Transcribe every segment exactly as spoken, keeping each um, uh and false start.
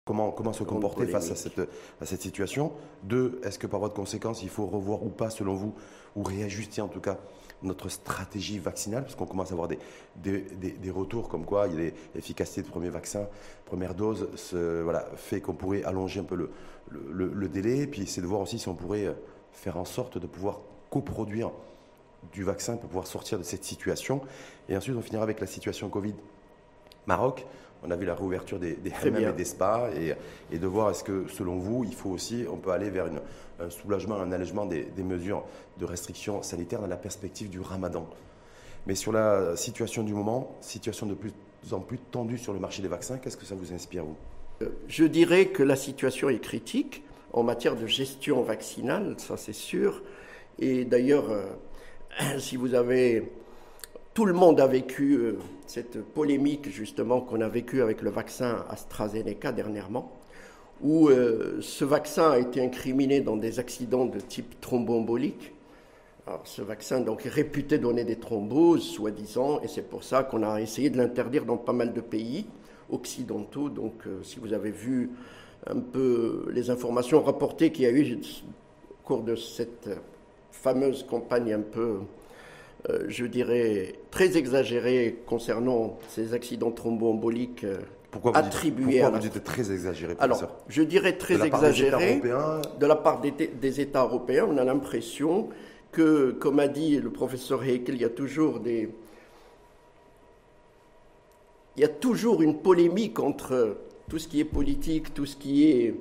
Comment, comment se Grande comporter face à polémique. cette, à cette situation? Deux, est-ce que par voie de conséquence, il faut revoir ou pas, selon vous, ou réajuster en tout cas notre stratégie vaccinale, parce qu'on commence à avoir des, des, des, des retours comme quoi il y a l'efficacité du premier vaccin, première dose, ce, voilà, fait qu'on pourrait allonger un peu le, le, le délai, puis c'est de voir aussi si on pourrait faire en sorte de pouvoir coproduire du vaccin pour pouvoir sortir de cette situation. Et ensuite, on finira avec la situation Covid Maroc. On a vu la réouverture des, des hammams et des spas et, et de voir est-ce que, selon vous, il faut aussi, on peut aller vers une, un soulagement, un allègement des, des mesures de restriction sanitaire dans la perspective du ramadan. Mais sur la situation du moment, situation de plus en plus tendue sur le marché des vaccins, qu'est-ce que ça vous inspire, vous? Je dirais que la situation est critique en matière de gestion vaccinale, ça c'est sûr. Et d'ailleurs, euh, si vous avez... Tout le monde a vécu euh, cette polémique justement qu'on a vécue avec le vaccin AstraZeneca dernièrement, où euh, ce vaccin a été incriminé dans des accidents de type thromboembolique. Alors, ce vaccin donc, est réputé donner des thromboses, soi-disant, et c'est pour ça qu'on a essayé de l'interdire dans pas mal de pays occidentaux. Donc euh, si vous avez vu un peu les informations rapportées qu'il y a eu au cours de cette fameuse campagne un peu... Euh, je dirais, très exagéré concernant ces accidents thromboemboliques euh, pourquoi vous attribués dites, pourquoi à la... vous dites très exagéré, professeur? Alors, je dirais très de exagéré. Européens... De la part des, des États européens, on a l'impression que, comme a dit le professeur Haeckel, il y a toujours des... Il y a toujours une polémique entre tout ce qui est politique, tout ce qui est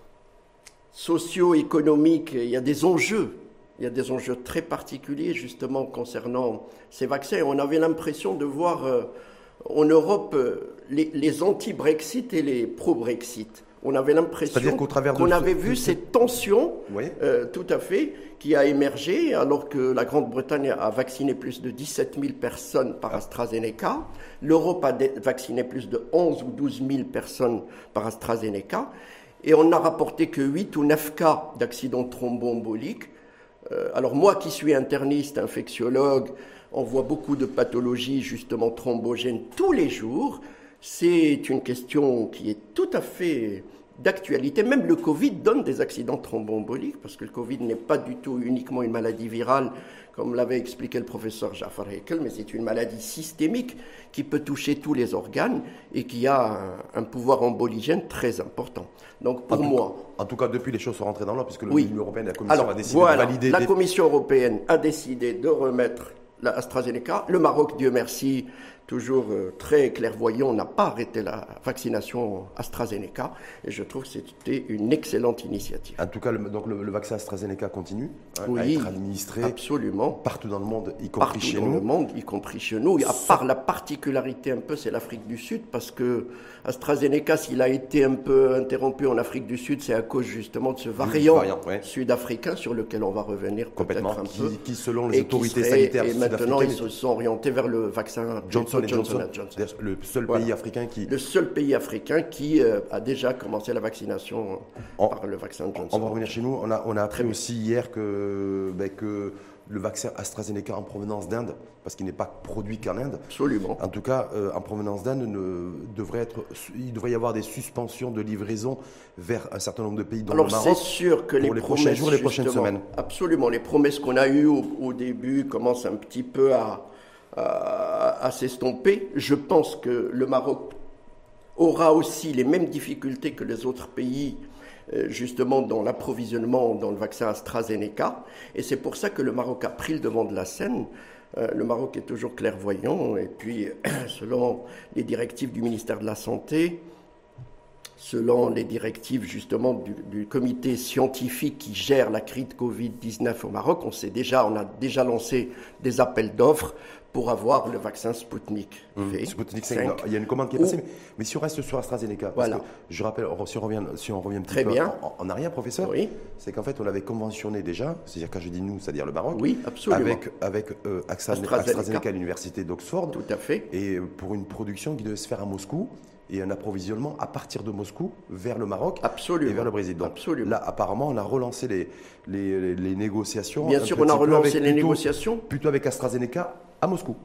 socio-économique. Il y a des enjeux. Il y a des enjeux très particuliers justement concernant ces vaccins. On avait l'impression de voir euh, en Europe euh, les, les anti-Brexit et les pro-Brexit. On avait l'impression qu'on avait vu cette tension, oui. euh, tout à fait, qui a émergé alors que la Grande-Bretagne a vacciné plus de dix-sept mille personnes par AstraZeneca. L'Europe a vacciné plus de onze ou douze mille personnes par AstraZeneca. Et on n'a rapporté que huit ou neuf cas d'accidents thromboemboliques. Alors moi qui suis interniste, infectiologue, on voit beaucoup de pathologies justement thrombogènes tous les jours. C'est une question qui est tout à fait d'actualité. Même le Covid donne des accidents thromboemboliques parce que le Covid n'est pas du tout uniquement une maladie virale, comme l'avait expliqué le professeur Jafar Haeckel, mais c'est une maladie systémique qui peut toucher tous les organes et qui a un, un pouvoir emboligène très important. Donc pour en moi... Tout, en tout cas, depuis les choses sont rentrées dans l'ordre, puisque oui. l'Union européenne, la Commission Alors, a décidé voilà, de valider... La des... Commission européenne a décidé de remettre la AstraZeneca. Le Maroc, Dieu merci, toujours euh, très clairvoyant, n'a pas arrêté la vaccination AstraZeneca. Et je trouve que c'était une excellente initiative. En tout cas, le, donc le, le vaccin AstraZeneca continue hein, oui, à être administré absolument. Partout dans le monde, y compris partout chez dans nous. le monde, y compris chez nous. À part la particularité un peu, c'est l'Afrique du Sud, parce que AstraZeneca, s'il a été un peu interrompu en Afrique du Sud, c'est à cause justement de ce variant, variant ouais. sud-africain sur lequel on va revenir complètement, peut-être un qui, peu. qui selon les autorités serait, sanitaires et maintenant ils se sont orientés vers le vaccin Johnson et Johnson, Johnson. le seul voilà. pays africain qui le seul pays africain qui euh, a déjà commencé la vaccination on, par le vaccin Johnson. On va revenir chez nous. On a, on a appris aussi hier que, ben, que le vaccin AstraZeneca en provenance d'Inde, parce qu'il n'est pas produit qu'en Inde. Absolument. En tout cas, euh, en provenance d'Inde, devrait être, il devrait y avoir des suspensions de livraison vers un certain nombre de pays, dont Alors, le Maroc. c'est sûr que les, les promesses, prochains jours, les prochaines semaines. Absolument. Les promesses qu'on a eues au, au début commencent un petit peu à, à, à s'estomper. Je pense que le Maroc aura aussi les mêmes difficultés que les autres pays justement dans l'approvisionnement dans le vaccin AstraZeneca. Et c'est pour ça que le Maroc a pris le devant de la scène. Euh, le Maroc est toujours clairvoyant. Et puis, selon les directives du ministère de la Santé, selon les directives justement du, du comité scientifique qui gère la crise de covid dix-neuf au Maroc, on, sait déjà, on a déjà lancé des appels d'offres pour avoir le vaccin Sputnik V. Mmh. Sputnik cinq, il y a une commande qui est passée. Ou... Mais si on reste sur AstraZeneca, voilà. parce que je rappelle, si on revient, si on revient un petit Très peu bien. En, en arrière, professeur, oui. c'est qu'en fait, on l'avait conventionné déjà, c'est-à-dire quand je dis nous, c'est-à-dire le Maroc, oui, absolument. avec, avec euh, AstraZeneca, AstraZeneca à l'université d'Oxford. Tout à fait. Et pour une production qui devait se faire à Moscou, et un approvisionnement à partir de Moscou vers le Maroc Absolument. et vers le Brésil. Donc Absolument. là, apparemment, on a relancé les, les, les, les négociations. Bien sûr, on a relancé les plutôt, négociations. Plutôt avec AstraZeneca à Moscou.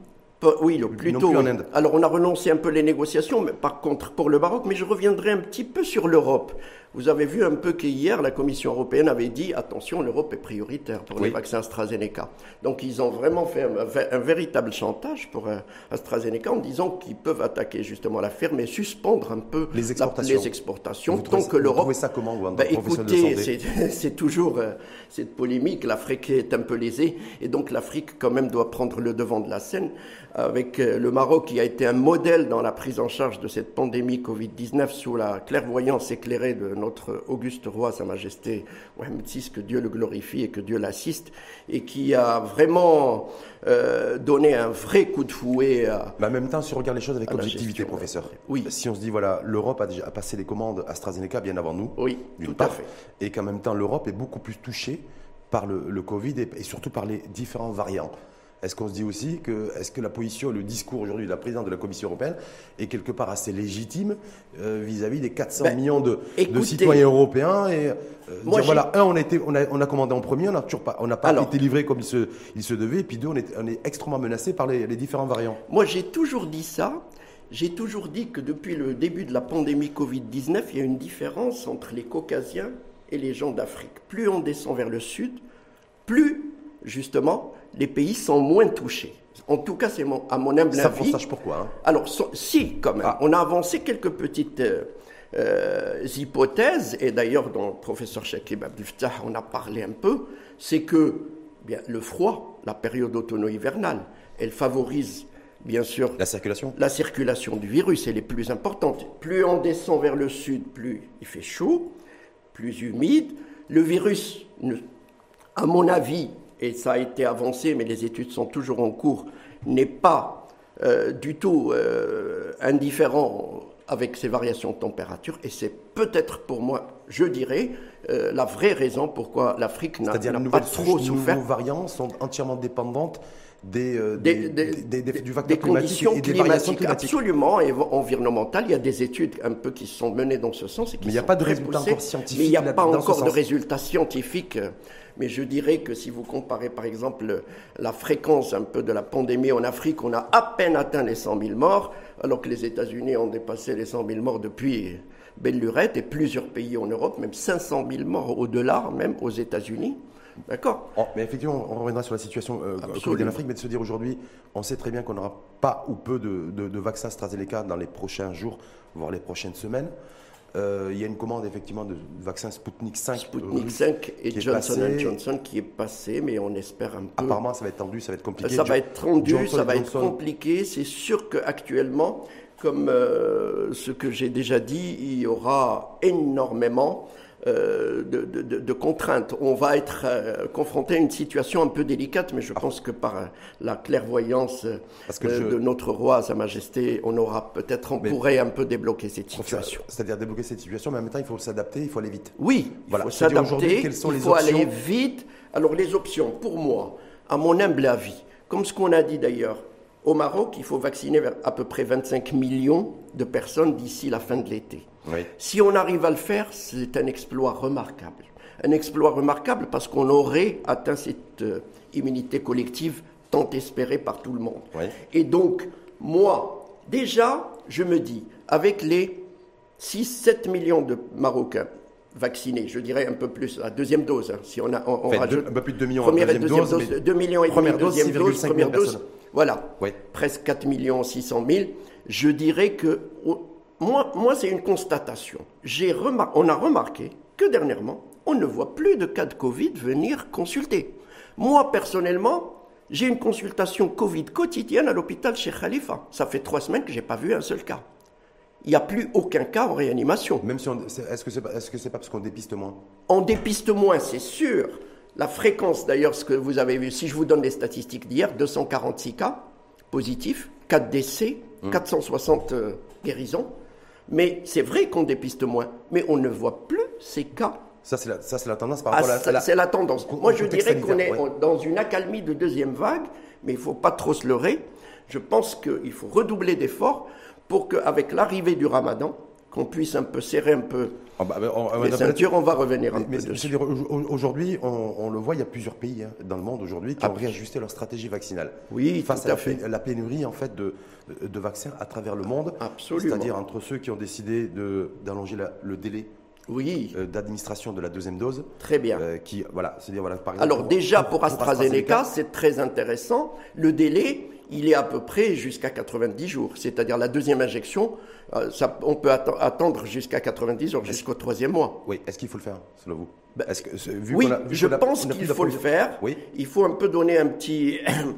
Oui, le plus tôt. Oui. Alors, on a renoncé un peu les négociations, mais par contre, pour le Maroc, mais je reviendrai un petit peu sur l'Europe. Vous avez vu un peu qu'hier, la Commission européenne avait dit, attention, l'Europe est prioritaire pour oui. les vaccins AstraZeneca. Donc, ils ont vraiment fait un, un véritable chantage pour euh, AstraZeneca en disant qu'ils peuvent attaquer justement la ferme et suspendre un peu les exportations. La, les exportations vous trouvez, tant que l'Europe... Vous trouvez ça comment, vous, en ben, écoutez, c'est, c'est toujours euh, cette polémique. L'Afrique est un peu lésée et donc l'Afrique, quand même, doit prendre le devant de la scène. Avec le Maroc qui a été un modèle dans la prise en charge de cette pandémie covid dix-neuf sous la clairvoyance éclairée de notre auguste roi, Sa Majesté Mohamed six, que Dieu le glorifie et que Dieu l'assiste, et qui a vraiment euh, donné un vrai coup de fouet à... Mais en même temps, si on regarde les choses avec objectivité, professeur, oui. si on se dit, voilà, l'Europe a déjà passé les commandes AstraZeneca bien avant nous, oui, tout part, à fait, et qu'en même temps, l'Europe est beaucoup plus touchée par le, le Covid et, et surtout par les différents variants. Est-ce qu'on se dit aussi que, est-ce que la position, le discours aujourd'hui de la présidente de la Commission européenne est quelque part assez légitime euh, vis-à-vis des quatre cents ben, millions de, écoutez, de citoyens européens et euh, moi, dire, voilà, un, on a, été, on, a, on a commandé en premier, on n'a toujours pas, on n'a pas alors, été livré comme il se, il se devait, et puis deux, on est, on est extrêmement menacé par les, les différents variants. Moi, j'ai toujours dit ça. J'ai toujours dit que depuis le début de la pandémie covid dix-neuf, il y a une différence entre les Caucasiens et les gens d'Afrique. Plus on descend vers le sud, plus, justement, les pays sont moins touchés. En tout cas, c'est mon, à mon humble ça, avis. Ça, sache pourquoi. Hein. Alors, so, si, quand même. Ah. On a avancé quelques petites euh, euh, hypothèses, et d'ailleurs, dans le professeur Chakib Abdel-Fattah, on a parlé un peu, c'est que bien, le froid, la période automno-hivernale, elle favorise, bien sûr, la circulation. La circulation du virus, elle est plus importante. Plus on descend vers le sud, plus il fait chaud, plus humide. Le virus, à mon avis, et ça a été avancé, mais les études sont toujours en cours, n'est pas euh, du tout euh, indifférent avec ces variations de température. Et c'est peut-être pour moi, je dirais, euh, la vraie raison pourquoi l'Afrique n'a, n'a pas trop souffert. Les nouveaux variants sont entièrement dépendantes des, euh, des, des, des, des, du facteur des conditions climatique et des climatiques, variations climatiques. Absolument, et environnementales. Il y a des études un peu qui se sont menées dans ce sens. Et qui mais il n'y a pas de résultats encore scientifiques. Mais il n'y a pas encore de résultats scientifiques. Mais je dirais que si vous comparez par exemple la fréquence un peu de la pandémie en Afrique, on a à peine atteint les cent mille morts, alors que les États-Unis ont dépassé les cent mille morts depuis belle lurette, et plusieurs pays en Europe, même cinq cent mille morts au-delà, même aux États-Unis. D'accord. Oh, mais effectivement, on reviendra sur la situation euh, Covid en Afrique, mais de se dire aujourd'hui, on sait très bien qu'on n'aura pas ou peu de, de, de vaccins AstraZeneca dans les prochains jours, voire les prochaines semaines. Euh, il y a une commande effectivement de vaccin Sputnik cinq. Sputnik cinq et Johnson and Johnson qui est passé, mais on espère un peu. Apparemment, ça va être tendu, ça va être compliqué. Ça va être tendu, Johnson ça va Johnson. être compliqué. C'est sûr qu'actuellement, comme euh, ce que j'ai déjà dit, il y aura énormément euh, de, de, de, de contraintes. On va être euh, confronté à une situation un peu délicate, mais je ah. pense que par euh, la clairvoyance euh, je... de notre roi, Sa Majesté, on aura peut-être, on mais... pourrait un peu débloquer cette situation. C'est-à-dire débloquer cette situation, mais en même temps, il faut s'adapter, il faut aller vite. Oui, voilà. il faut s'adapter, il faut options... aller vite. Alors les options, pour moi, à mon humble avis, comme ce qu'on a dit d'ailleurs, au Maroc, il faut vacciner à peu près vingt-cinq millions de personnes d'ici la fin de l'été. Oui. Si on arrive à le faire, c'est un exploit remarquable. Un exploit remarquable parce qu'on aurait atteint cette euh, immunité collective tant espérée par tout le monde. Oui. Et donc, moi, déjà, je me dis, avec les six sept millions de Marocains vaccinés, je dirais un peu plus, la deuxième dose, hein, si on, a, on, on enfin, rajoute... Deux, un peu plus de deux millions première deuxième et deuxième dose, dose deux millions et demi, deuxième dose, première dose, voilà, oui. presque quatre millions six cent mille. Je dirais que... Moi, moi, c'est une constatation. J'ai remar- on a remarqué que dernièrement, on ne voit plus de cas de Covid venir consulter. Moi, personnellement, j'ai une consultation Covid quotidienne à l'hôpital Cheikh Khalifa. Ça fait trois semaines que je n'ai pas vu un seul cas. Il n'y a plus aucun cas en réanimation. Même si on, est-ce que c'est pas, est-ce que c'est pas parce qu'on dépiste moins ? On dépiste moins, c'est sûr. La fréquence, d'ailleurs, ce que vous avez vu, si je vous donne les statistiques d'hier, deux cent quarante-six cas positifs, quatre décès, mmh. quatre cent soixante euh, guérisons. Mais c'est vrai qu'on dépiste moins, mais on ne voit plus ces cas. Ça, c'est la, ça, c'est la tendance par ah, rapport à la... C'est la tendance. Moi, je dirais qu'on est ouais. dans une accalmie de deuxième vague, mais il ne faut pas trop se leurrer. Je pense qu'il faut redoubler d'efforts pour qu'avec l'arrivée du Ramadan, qu'on puisse un peu serrer un peu oh bah, on, on, les on ceintures, on va revenir un mais, peu mais dessus. C'est-à-dire, aujourd'hui, on, on le voit, il y a plusieurs pays hein, dans le monde aujourd'hui qui ah, ont réajusté leur stratégie vaccinale. Oui, face tout à, à, fait. la, la pénurie en fait de, de vaccins à travers le monde. Absolument. C'est-à-dire entre ceux qui ont décidé de, d'allonger la, le délai oui. euh, d'administration de la deuxième dose. Très bien. Euh, qui, voilà, c'est-à-dire, voilà, par exemple, Alors pour, déjà, pour, pour AstraZeneca, pour AstraZeneca, c'est très intéressant. Le délai, il est à peu près jusqu'à quatre-vingt-dix jours. C'est-à-dire la deuxième injection, euh, ça, on peut att- attendre jusqu'à quatre-vingt-dix jours, jusqu'au troisième mois. Oui, est-ce qu'il faut le faire, selon vous ben, est-ce que, vu Oui, qu'on a, vu je qu'on a, pense on a qu'il plus faut le faire. Oui. Il faut un peu donner un petit,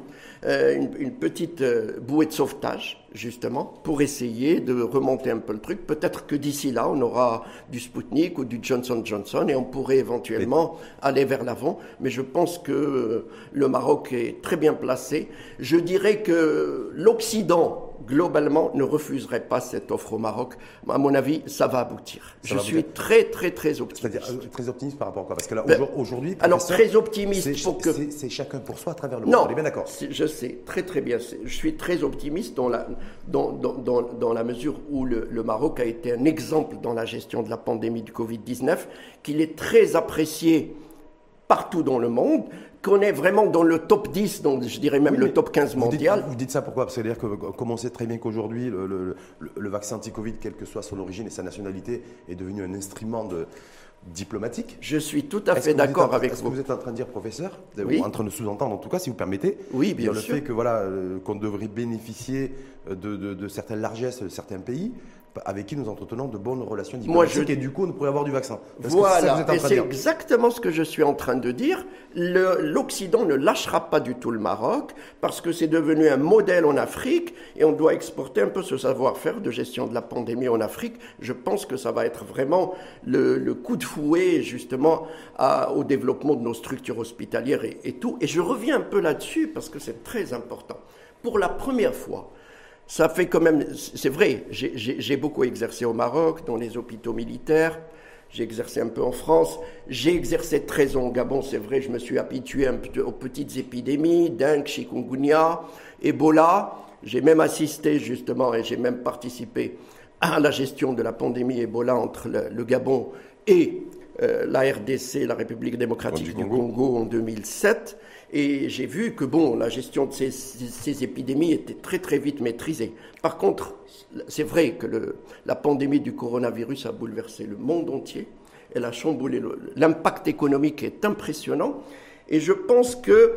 euh, une, une petite euh, bouée de sauvetage, justement, pour essayer de remonter un peu le truc. Peut-être que d'ici là, on aura du Sputnik ou du Johnson Johnson et on pourrait éventuellement et... aller vers l'avant. Mais je pense que le Maroc est très bien placé. Je dirais que l'Occident, globalement, ne refuserait pas cette offre au Maroc. À mon avis, ça va aboutir. Ça je va suis aboutir. très, très, très optimiste. C'est-à-dire euh, très optimiste par rapport à quoi? Parce que là, ben, aujourd'hui, alors très optimiste c'est, pour que c'est, c'est chacun pour soi à travers le non, monde. On est bien d'accord. Je sais très très bien. Je suis très optimiste dans la dans dans dans, dans la mesure où le, le Maroc a été un exemple dans la gestion de la pandémie du covid dix-neuf, qu'il est très apprécié partout dans le monde, qu'on est vraiment dans le top dix, donc je dirais même oui, le top quinze mondial. Vous dites, vous dites ça pourquoi? Parce que c'est-à-dire que, comme on sait très bien qu'aujourd'hui, le, le, le, le vaccin anti-Covid, quelle que soit son origine et sa nationalité, est devenu un instrument de, diplomatique. Je suis tout à fait d'accord avec est-ce vous. Est-ce que vous êtes en train de dire, professeur, oui. ou en train de sous-entendre en tout cas, si vous permettez, oui, bien le sûr. fait que voilà, euh, qu'on devrait bénéficier de, de, de certaines largesses de certains pays avec qui nous entretenons de bonnes relations diplomatiques. Moi, je... et du coup, on pourrait avoir du vaccin. Parce voilà, que c'est, ça et c'est exactement ce que je suis en train de dire. Le, l'Occident ne lâchera pas du tout le Maroc parce que c'est devenu un modèle en Afrique et on doit exporter un peu ce savoir-faire de gestion de la pandémie en Afrique. Je pense que ça va être vraiment le, le coup de fouet justement à, au développement de nos structures hospitalières et, et tout. Et je reviens un peu là-dessus parce que c'est très important. Pour la première fois, ça fait quand même, c'est vrai, j'ai, j'ai, j'ai beaucoup exercé au Maroc, dans les hôpitaux militaires, j'ai exercé un peu en France, j'ai exercé treize ans au Gabon, c'est vrai, je me suis habitué un peu aux petites épidémies, dengue, chikungunya, Ebola, j'ai même assisté justement et j'ai même participé à la gestion de la pandémie Ebola entre le, le Gabon et euh, la R D C, la République démocratique du Congo, Congo en deux mille sept. Et j'ai vu que bon, la gestion de ces, ces, ces épidémies était très très vite maîtrisée. Par contre, c'est vrai que le, la pandémie du coronavirus a bouleversé le monde entier. Elle a chamboulé le, l'impact économique est impressionnant. Et je pense que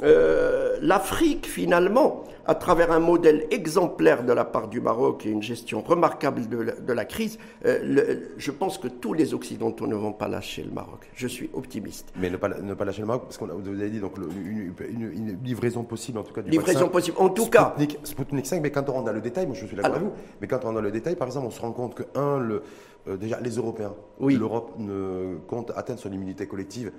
euh, l'Afrique, finalement, à travers un modèle exemplaire de la part du Maroc et une gestion remarquable de la, de la crise, euh, le, je pense que tous les Occidentaux ne vont pas lâcher le Maroc. Je suis optimiste. Mais ne pas, ne pas lâcher le Maroc, parce que vous avez dit donc, le, une, une, une livraison possible, en tout cas, du livraison vaccin. possible, en tout Sputnik, cas. Sputnik cinq, mais quand on rentre dans le détail, moi je suis d'accord avec vous, mais quand on rentre dans le détail, par exemple, on se rend compte que, un, le, euh, déjà, les Européens, oui. l'Europe ne compte atteindre son immunité collective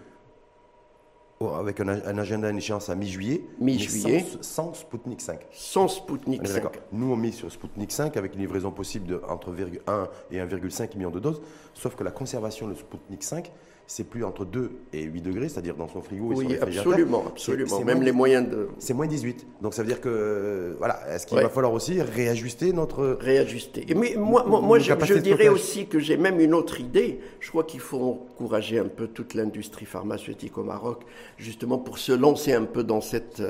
avec un, un agenda, une échéance à mi-juillet, mi-juillet. Sans, sans Sputnik cinq. Sans Sputnik cinq. Nous, on met sur Sputnik cinq avec une livraison possible de entre un et un virgule cinq million de doses, sauf que la conservation de Sputnik cinq, c'est plus entre deux et huit degrés, c'est-à-dire dans son frigo et oui, son réfrigérateur. absolument, absolument. C'est, c'est Même moins, les moyens de... C'est moins dix-huit. Donc ça veut dire que, euh, voilà, est-ce qu'il ouais. va falloir aussi réajuster notre... Réajuster. Et mais moi, moi, moi je, je dirais aussi que j'ai même une autre idée. Je crois qu'il faut encourager un peu toute l'industrie pharmaceutique au Maroc, justement pour se lancer un peu dans cette...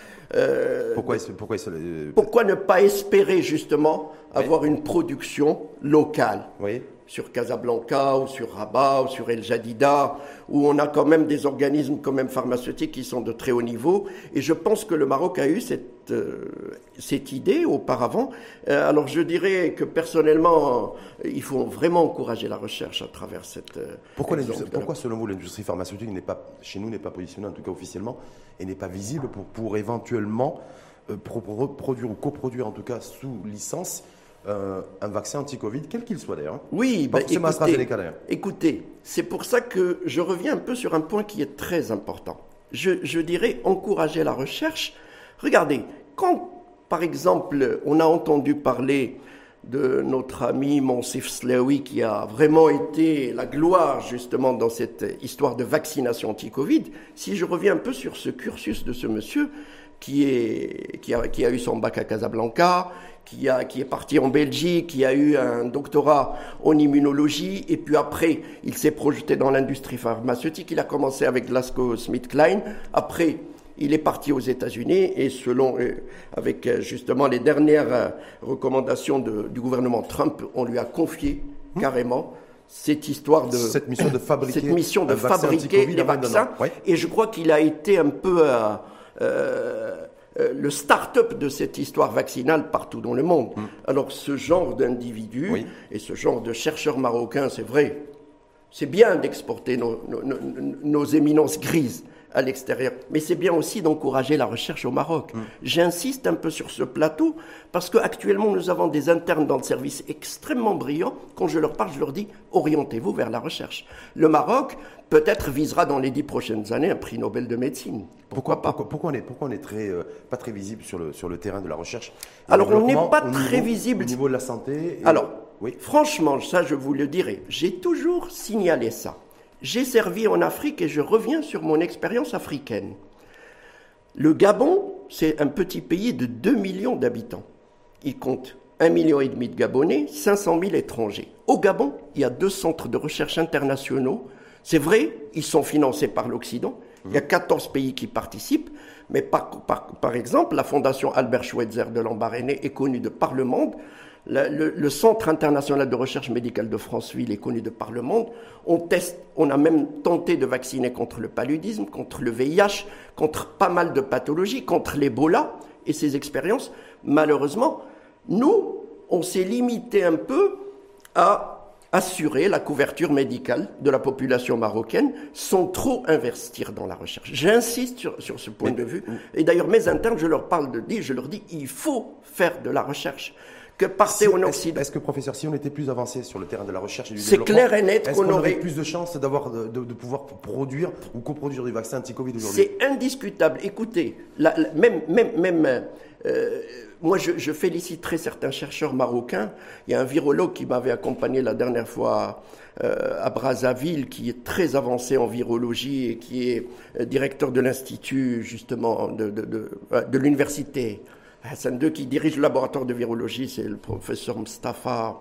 Euh, pourquoi, pourquoi, euh, pourquoi ne pas espérer justement oui. avoir une production locale oui. sur Casablanca ou sur Rabat ou sur El Jadida, où on a quand même des organismes quand même pharmaceutiques qui sont de très haut niveau. Et je pense que le Maroc a eu cette, euh, cette idée auparavant. Euh, alors je dirais que personnellement, euh, il faut vraiment encourager la recherche à travers cette... Euh, pourquoi, pourquoi la... selon vous, l'industrie pharmaceutique n'est pas, chez nous n'est pas positionnée, en tout cas officiellement, et n'est pas visible pour, pour éventuellement euh, pro- reproduire ou coproduire, en tout cas sous licence, Euh, un vaccin anti-Covid, quel qu'il soit d'ailleurs. Oui, bah, écoutez, écoutez, c'est pour ça que je reviens un peu sur un point qui est très important. Je, je dirais encourager la recherche. Regardez, quand, par exemple, on a entendu parler de notre ami Monsif Slaoui, qui a vraiment été la gloire justement dans cette histoire de vaccination anti-Covid, si je reviens un peu sur ce cursus de ce monsieur, qui, est, qui, a, qui a eu son bac à Casablanca, qui, a, qui est parti en Belgique, qui a eu un doctorat en immunologie, et puis après, il s'est projeté dans l'industrie pharmaceutique. Il a commencé avec GlaxoSmithKline. Après, il est parti aux États-Unis, et selon, avec justement les dernières recommandations de, du gouvernement Trump, on lui a confié mmh. carrément cette histoire de cette mission de fabriquer, cette mission de fabriquer les vaccins. Ouais. Et je crois qu'il a été un peu euh, euh, le start-up de cette histoire vaccinale partout dans le monde. Mmh. Alors ce genre d'individus oui. et ce genre de chercheurs marocains, c'est vrai, c'est bien d'exporter nos, nos, nos, nos éminences grises à l'extérieur, mais c'est bien aussi d'encourager la recherche au Maroc. Mmh. J'insiste un peu sur ce plateau parce qu'actuellement nous avons des internes dans le service extrêmement brillants. Quand je leur parle, je leur dis orientez-vous vers la recherche. Le Maroc peut-être visera dans les dix prochaines années un prix Nobel de médecine. Pourquoi, pourquoi pas pourquoi, pourquoi on est pourquoi on est très euh, pas très visible sur le sur le terrain de la recherche? Alors on n'est pas très niveau, visible au niveau de la santé. Et... Alors oui. franchement, ça je vous le dirai. J'ai toujours signalé ça. J'ai servi en Afrique et je reviens sur mon expérience africaine. Le Gabon, c'est un petit pays de deux millions d'habitants. Il compte un million et demi de Gabonais, cinq cent mille étrangers. Au Gabon, il y a deux centres de recherche internationaux. C'est vrai, ils sont financés par l'Occident. Il y a quatorze pays qui participent. Mais par, par, par exemple, la Fondation Albert Schweitzer de Lambaréné est connue de par le monde. Le, le, le Centre international de recherche médicale de Franceville est connu de par le monde. On teste, on a même tenté de vacciner contre le paludisme, contre le V I H, contre pas mal de pathologies, contre l'Ebola. Et ces expériences, malheureusement, nous, on s'est limité un peu à assurer la couverture médicale de la population marocaine sans trop investir dans la recherche. J'insiste sur, sur ce point de vue. Et d'ailleurs, mes internes, je leur parle de dire, je leur dis, il faut faire de la recherche. Que partait si, en Occident. Est-ce que, professeur, si on était plus avancé sur le terrain de la recherche et du c'est développement, clair et net est-ce qu'on, qu'on aurait aurait plus de chances d'avoir, de, de, de pouvoir produire ou coproduire du vaccin anti-Covid aujourd'hui? C'est indiscutable. Écoutez, la, la, même, même, même euh, moi, je, je féliciterai certains chercheurs marocains. Il y a un virologue qui m'avait accompagné la dernière fois euh, à Brazzaville, qui est très avancé en virologie et qui est euh, directeur de l'institut, justement, de, de, de, de, de l'université Hassan deux, qui dirige le laboratoire de virologie, c'est le professeur Mustafa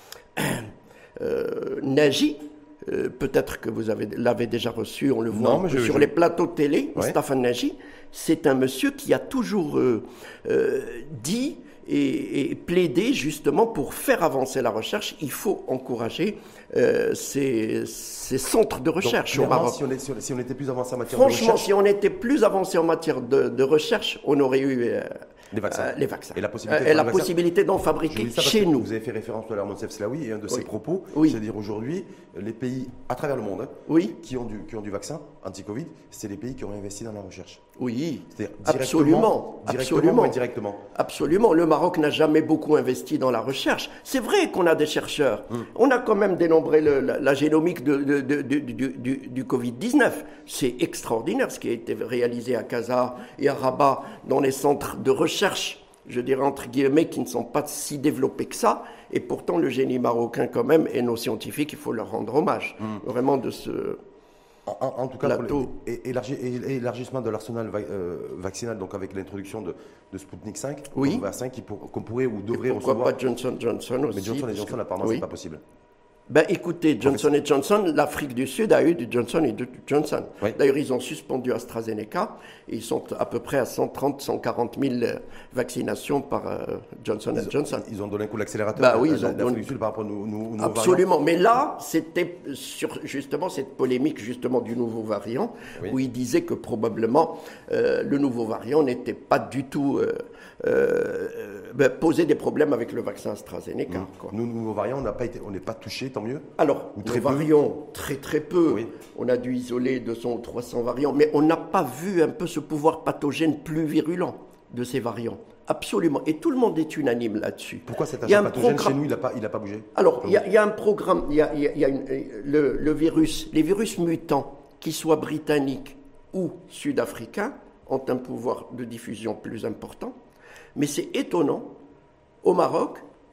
euh, Naji. Euh, peut-être que vous avez, l'avez déjà reçu, on le voit non, je, sur je... les plateaux de télé. Ouais. Mustafa Naji, c'est un monsieur qui a toujours euh, euh, dit et, et plaidé justement pour faire avancer la recherche. Il faut encourager euh, ces, ces centres de recherche Donc, au Maroc. Si on, est, si, on, si on était plus avancé en matière Franchement, de recherche... si on était plus avancé en matière de, de recherche, on aurait eu... Euh, Les vaccins. Euh, les vaccins. Et la possibilité, euh, et la possibilité d'en fabriquer chez nous. Vous avez fait référence tout à l'heure à Monsef Slaoui et un de ses oui. propos, oui. c'est-à-dire aujourd'hui, les pays à travers le monde hein, oui. qui, ont du, qui ont du vaccin anti-Covid, c'est les pays qui ont investi dans la recherche. Oui, c'est-à-dire absolument. Directement, absolument. ou indirectement. Absolument. Le Maroc n'a jamais beaucoup investi dans la recherche. C'est vrai qu'on a des chercheurs. Hum. On a quand même dénombré le, la, la génomique de, de, de, de, du, du, du covid dix-neuf. C'est extraordinaire ce qui a été réalisé à Casa et à Rabat dans les centres de recherche, je dirais entre guillemets, qui ne sont pas si développés que ça, et pourtant le génie marocain quand même, et nos scientifiques, il faut leur rendre hommage, mmh. vraiment de ce en, en, en tout cas, plateau. Pour le, élargi, élargissement de l'arsenal va, euh, vaccinal, donc avec l'introduction de, de Sputnik cinq, oui. vaccin qu'on pourrait ou devrait et pourquoi recevoir. Pourquoi pas Johnson Johnson aussi? Mais Johnson et Johnson, apparemment, oui. c'est pas possible. Ben écoutez, Johnson et Johnson, l'Afrique du Sud a eu du Johnson et du Johnson. Oui. D'ailleurs, ils ont suspendu AstraZeneca et ils sont à peu près à cent trente, cent quarante mille vaccinations par euh, Johnson et Johnson. Ils ont donné un coup d'accélérateur ben, oui, à l'Afrique donné... du Sud par rapport aux nouveaux variants. Absolument, mais là, c'était sur justement cette polémique justement du nouveau variant, oui. où ils disaient que probablement euh, le nouveau variant n'était pas du tout... Euh, Euh, ben, poser des problèmes avec le vaccin AstraZeneca. Mmh. Quoi. Nous, nouveaux variants, on n'est pas touchés, tant mieux. Alors, Ou très nos peu. variants, très très peu. Oui. On a dû isoler deux cents ou trois cents variants, mais on n'a pas vu un peu ce pouvoir pathogène plus virulent de ces variants. Absolument. Et tout le monde est unanime là-dessus. Pourquoi cet agent pathogène programme... chez nous, il n'a pas, pas bougé? Alors, il y, y a un programme, il y a, y a une, le, le virus, les virus mutants, qu'ils soient britanniques ou sud-africains, ont un pouvoir de diffusion plus important. Mais c'est étonnant, au Maroc,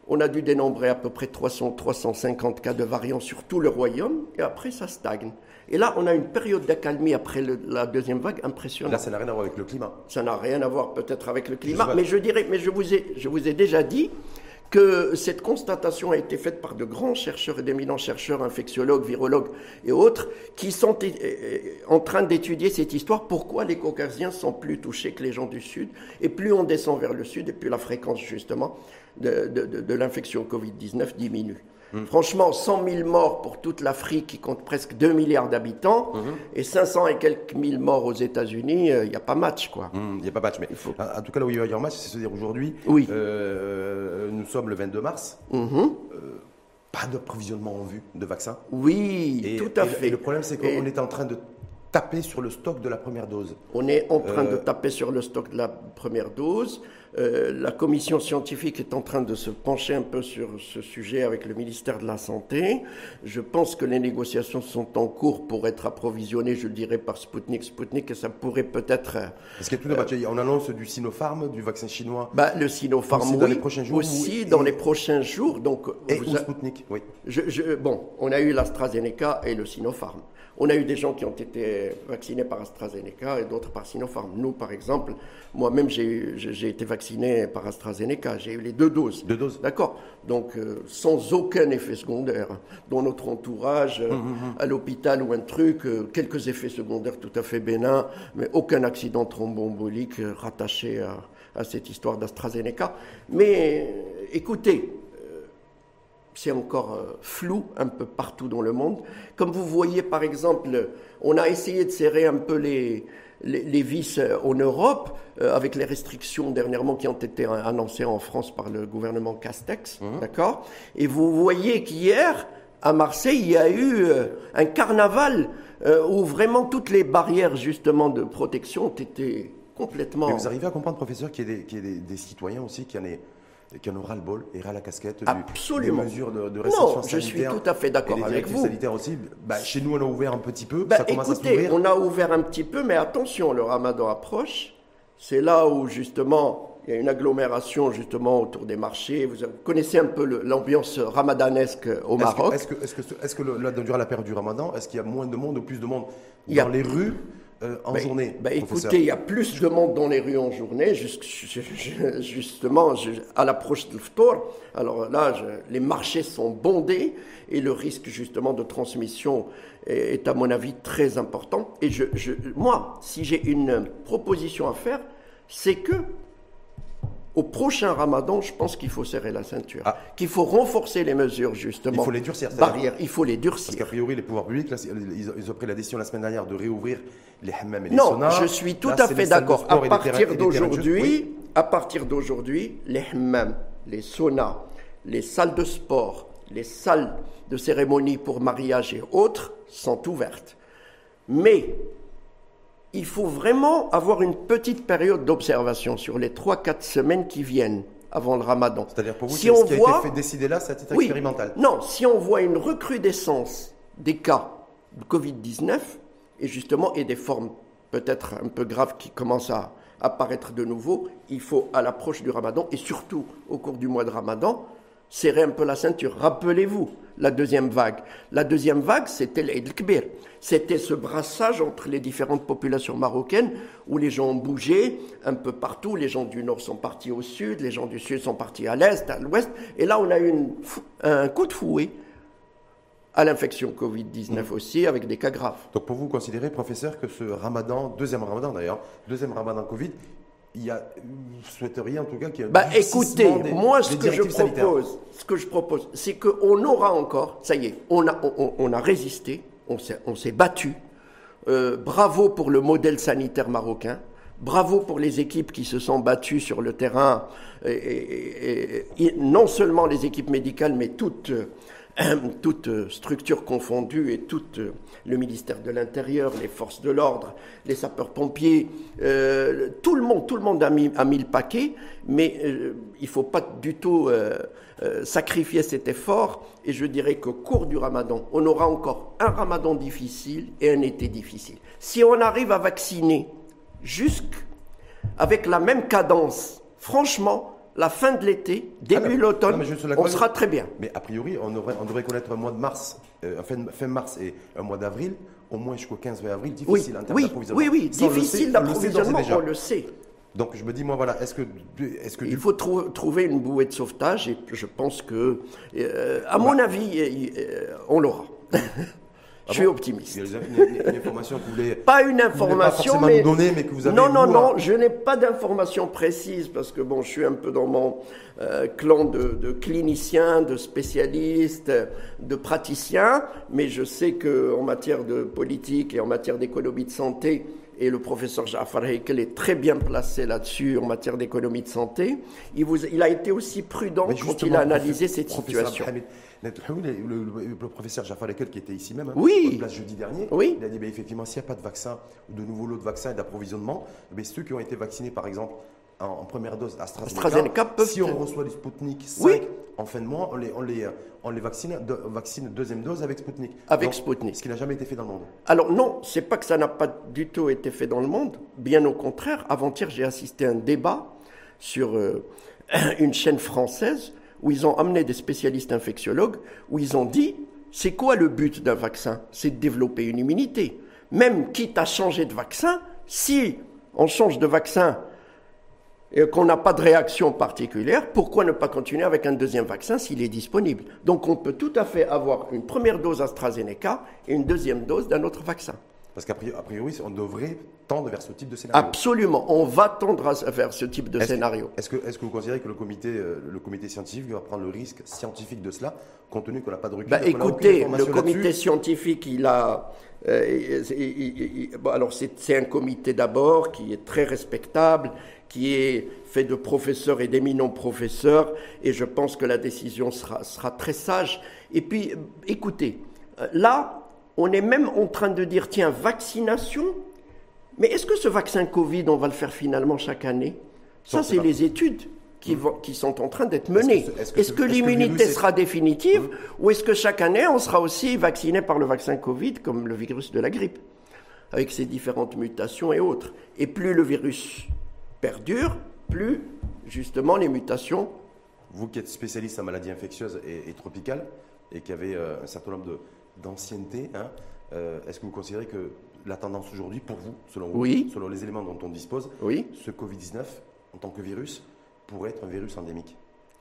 On a dû dénombrer à peu près trois cents, trois cent cinquante cas de variants sur tout le royaume, et après ça stagne. Et là, on a une période d'accalmie après le, la deuxième vague impressionnante. Là, ça n'a rien à voir avec le climat. Ça n'a rien à voir peut-être avec le climat, je mais je dirais, mais je vous ai, je vous ai déjà dit que cette constatation a été faite par de grands chercheurs et d'éminents chercheurs, infectiologues, virologues et autres, qui sont en train d'étudier cette histoire, pourquoi les Caucasiens sont plus touchés que les gens du Sud, et plus on descend vers le Sud, et plus la fréquence justement de, de, de, de l'infection covid dix-neuf diminue. Mmh. Franchement, cent mille morts pour toute l'Afrique qui compte presque deux milliards d'habitants, mmh. et cinq cents et quelques mille morts aux États-Unis, il euh, n'y a pas match, quoi. Il mmh, n'y a pas match, mais faut... en tout cas, là où il va y avoir match, c'est se dire aujourd'hui, oui. euh, nous sommes le vingt-deux mars, mmh. euh, pas d'approvisionnement en vue de vaccins. Oui, et, tout à et, fait. Et le problème, c'est qu'on et... est en train de taper sur le stock de la première dose. On est en train euh... de taper sur le stock de la première dose. Euh, la commission scientifique est en train de se pencher un peu sur ce sujet avec le ministère de la Santé. Je pense que les négociations sont en cours pour être approvisionnées, je dirais, par Sputnik. Sputnik, et ça pourrait peut-être... Est-ce qu'il y a tout de euh, On annonce du Sinopharm, du vaccin chinois. Bah, le Sinopharm, aussi oui, dans les prochains jours, aussi oui, dans et... les prochains jours. Donc, et vous ou a... Sputnik, oui. Je, je, bon, on a eu l'AstraZeneca et le Sinopharm. On a eu des gens qui ont été vaccinés par AstraZeneca et d'autres par Sinopharm. Nous, par exemple, moi-même, j'ai, j'ai été vacciné par AstraZeneca. J'ai eu les deux doses. Deux doses. D'accord. Donc, euh, sans aucun effet secondaire. Dans notre entourage, euh, mmh, mmh. à l'hôpital ou un truc, euh, quelques effets secondaires tout à fait bénins, mais aucun accident thromboembolique euh, rattaché à, à cette histoire d'AstraZeneca. Mais, euh, écoutez... c'est encore euh, flou un peu partout dans le monde. Comme vous voyez, par exemple, on a essayé de serrer un peu les, les, les vis euh, en Europe, euh, avec les restrictions dernièrement qui ont été annoncées en France par le gouvernement Castex, mmh. d'accord ? Et vous voyez qu'hier, à Marseille, il y a eu euh, un carnaval euh, où vraiment toutes les barrières, justement, de protection ont été complètement... Mais vous arrivez à comprendre, professeur, qu'il y ait des, qu'il y ait des, des citoyens aussi qui en aient... qui en aura le bol et ras la casquette Absolument. des mesures de, de restriction non, sanitaire. Je suis tout à fait d'accord et avec vous. Sanitaires aussi. Bah, chez nous, on a ouvert un petit peu. Bah, ça commence écoutez, à s'ouvrir. On a ouvert un petit peu, mais attention, le Ramadan approche. C'est là où justement il y a une agglomération justement autour des marchés. Vous connaissez un peu le, l'ambiance ramadanesque au est-ce Maroc. Que, est-ce que, est-ce que, est-ce que le, là, durant la période du Ramadan, est-ce qu'il y a moins de monde ou plus de monde il y a... dans les rues? Euh, en bah, journée. Bah écoutez, il y a plus de monde dans les rues en journée, juste, justement à l'approche de l'Iftar. Alors là, je, les marchés sont bondés et le risque justement de transmission est, est à mon avis très important. Et je, je, moi, si j'ai une proposition à faire, c'est que au prochain Ramadan, je pense qu'il faut serrer la ceinture, ah. qu'il faut renforcer les mesures justement. Il faut les durcir. Barrières, il faut les durcir. Parce qu'a priori, les pouvoirs publics, là, ils ont pris la décision la semaine dernière de réouvrir les hammams et les non, saunas. Non, je suis tout là, à fait d'accord. À partir d'aujourd'hui, oui. à partir d'aujourd'hui, les hammams, les saunas, les salles de sport, les salles de cérémonie pour mariage et autres sont ouvertes. Mais il faut vraiment avoir une petite période d'observation sur les trois quatre semaines qui viennent avant le Ramadan. C'est-à-dire pour vous, si ce on qui voit... a été fait décider là, c'est à titre oui, expérimental. Non, si on voit une recrudescence des cas de covid dix-neuf, et justement, et des formes peut-être un peu graves qui commencent à apparaître de nouveau, il faut, à l'approche du Ramadan, et surtout au cours du mois de Ramadan, serrer un peu la ceinture. Rappelez-vous, la deuxième vague. La deuxième vague, c'était l'Eid el-Kbir. C'était ce brassage entre les différentes populations marocaines où les gens ont bougé un peu partout. Les gens du nord sont partis au sud, les gens du sud sont partis à l'est, à l'ouest. Et là, on a eu une, un coup de fouet à l'infection covid dix-neuf mmh. aussi, avec des cas graves. Donc pour vous, considérez, professeur, que ce ramadan, deuxième ramadan d'ailleurs, deuxième ramadan Covid, il y a, vous souhaiteriez en tout cas qu'il y ait un bah, écoutez, des, moi ce des que je propose, ce que je propose, c'est qu'on aura encore, ça y est, on a, on, on a résisté, on s'est, on s'est battu. Euh, bravo pour le modèle sanitaire marocain. Bravo pour les équipes qui se sont battues sur le terrain, et, et, et, et non seulement les équipes médicales, mais toutes, euh, toutes structures confondues et tout euh, le ministère de l'Intérieur, les forces de l'ordre, les sapeurs-pompiers, euh, tout le monde, tout le monde a mis, a mis le paquet, mais euh, il ne faut pas du tout euh, euh, sacrifier cet effort. Et je dirais qu'au cours du Ramadan, on aura encore un Ramadan difficile et un été difficile. Si on arrive à vacciner jusqu'avec la même cadence, franchement, la fin de l'été, début de ah l'automne, on sera très bien. Mais a priori, on devrait, on devrait connaître un mois de mars, euh, fin, fin mars et un mois d'avril, au moins jusqu'au quinze avril, difficile oui, en termes oui, d'approvisionnement. Oui, oui, ça, difficile d'approvisionnement, on, on le sait. Donc je me dis, moi, voilà, est-ce que... Est-ce que il faut trou trouver une bouée de sauvetage et je pense que, euh, à mon bah. avis, euh, on l'aura. Je suis ah bon optimiste. Il y a une, une, une information que vous voulez pas une information, pas mais nous donner, mais que vous avez non, non, vous, non, je n'ai pas d'informations précises parce que bon, je suis un peu dans mon euh, clan de, de cliniciens, de spécialistes, de praticiens, mais je sais que en matière de politique et en matière d'économie de santé, et le professeur Jaafar Heikel est très bien placé là-dessus en matière d'économie de santé. Il, vous, il a été aussi prudent quand il a analysé cette situation. Le, le, le professeur Jaafar Heikel qui était ici même, hein, oui. en place jeudi dernier, oui. il a dit bah, effectivement s'il n'y a pas de vaccin ou de nouveaux lots de vaccins et d'approvisionnement, bah, ceux qui ont été vaccinés par exemple en, en première dose AstraZeneca, AstraZeneca peuvent si on reçoit du Sputnik cinq oui. en fin de mois, on les, on les, on les vaccine, de, vaccine deuxième dose avec Sputnik. Avec Donc, Sputnik. Ce qui n'a jamais été fait dans le monde. Alors non, c'est pas que ça n'a pas du tout été fait dans le monde, bien au contraire. Avant-hier, j'ai assisté à un débat sur euh, une chaîne française où ils ont amené des spécialistes infectiologues, où ils ont dit, c'est quoi le but d'un vaccin? C'est de développer une immunité. Même quitte à changer de vaccin, si on change de vaccin et qu'on n'a pas de réaction particulière, pourquoi ne pas continuer avec un deuxième vaccin s'il est disponible? Donc on peut tout à fait avoir une première dose AstraZeneca et une deuxième dose d'un autre vaccin. Parce qu'a priori, on devrait tendre vers ce type de scénario. Absolument, on va tendre vers ce type de est-ce scénario. Que, est-ce, que, est-ce que vous considérez que le comité, le comité scientifique va prendre le risque scientifique de cela, compte tenu qu'on n'a pas de recul? Bah, écoutez, le comité scientifique, il a... Euh, il, il, il, bon, alors c'est, c'est un comité d'abord qui est très respectable, qui est fait de professeurs et d'éminents professeurs, et je pense que la décision sera, sera très sage. Et puis, écoutez, là... on est même en train de dire, tiens, vaccination, mais est-ce que ce vaccin Covid, on va le faire finalement chaque année? Ça, c'est les études qui, vont, qui sont en train d'être menées. Est-ce que, est-ce que, est-ce que est-ce l'immunité que sera est... définitive mmh. ou est-ce que chaque année, on sera aussi vacciné par le vaccin Covid, comme le virus de la grippe, avec ses différentes mutations et autres? Et plus le virus perdure, plus, justement, les mutations... Vous qui êtes spécialiste en maladies infectieuses et, et tropicales, et qui avez euh, un certain nombre de... d'ancienneté, hein, euh, est-ce que vous considérez que la tendance aujourd'hui, pour vous, selon vous, oui. selon les éléments dont on dispose, oui. ce covid dix-neuf, en tant que virus, pourrait être un virus endémique?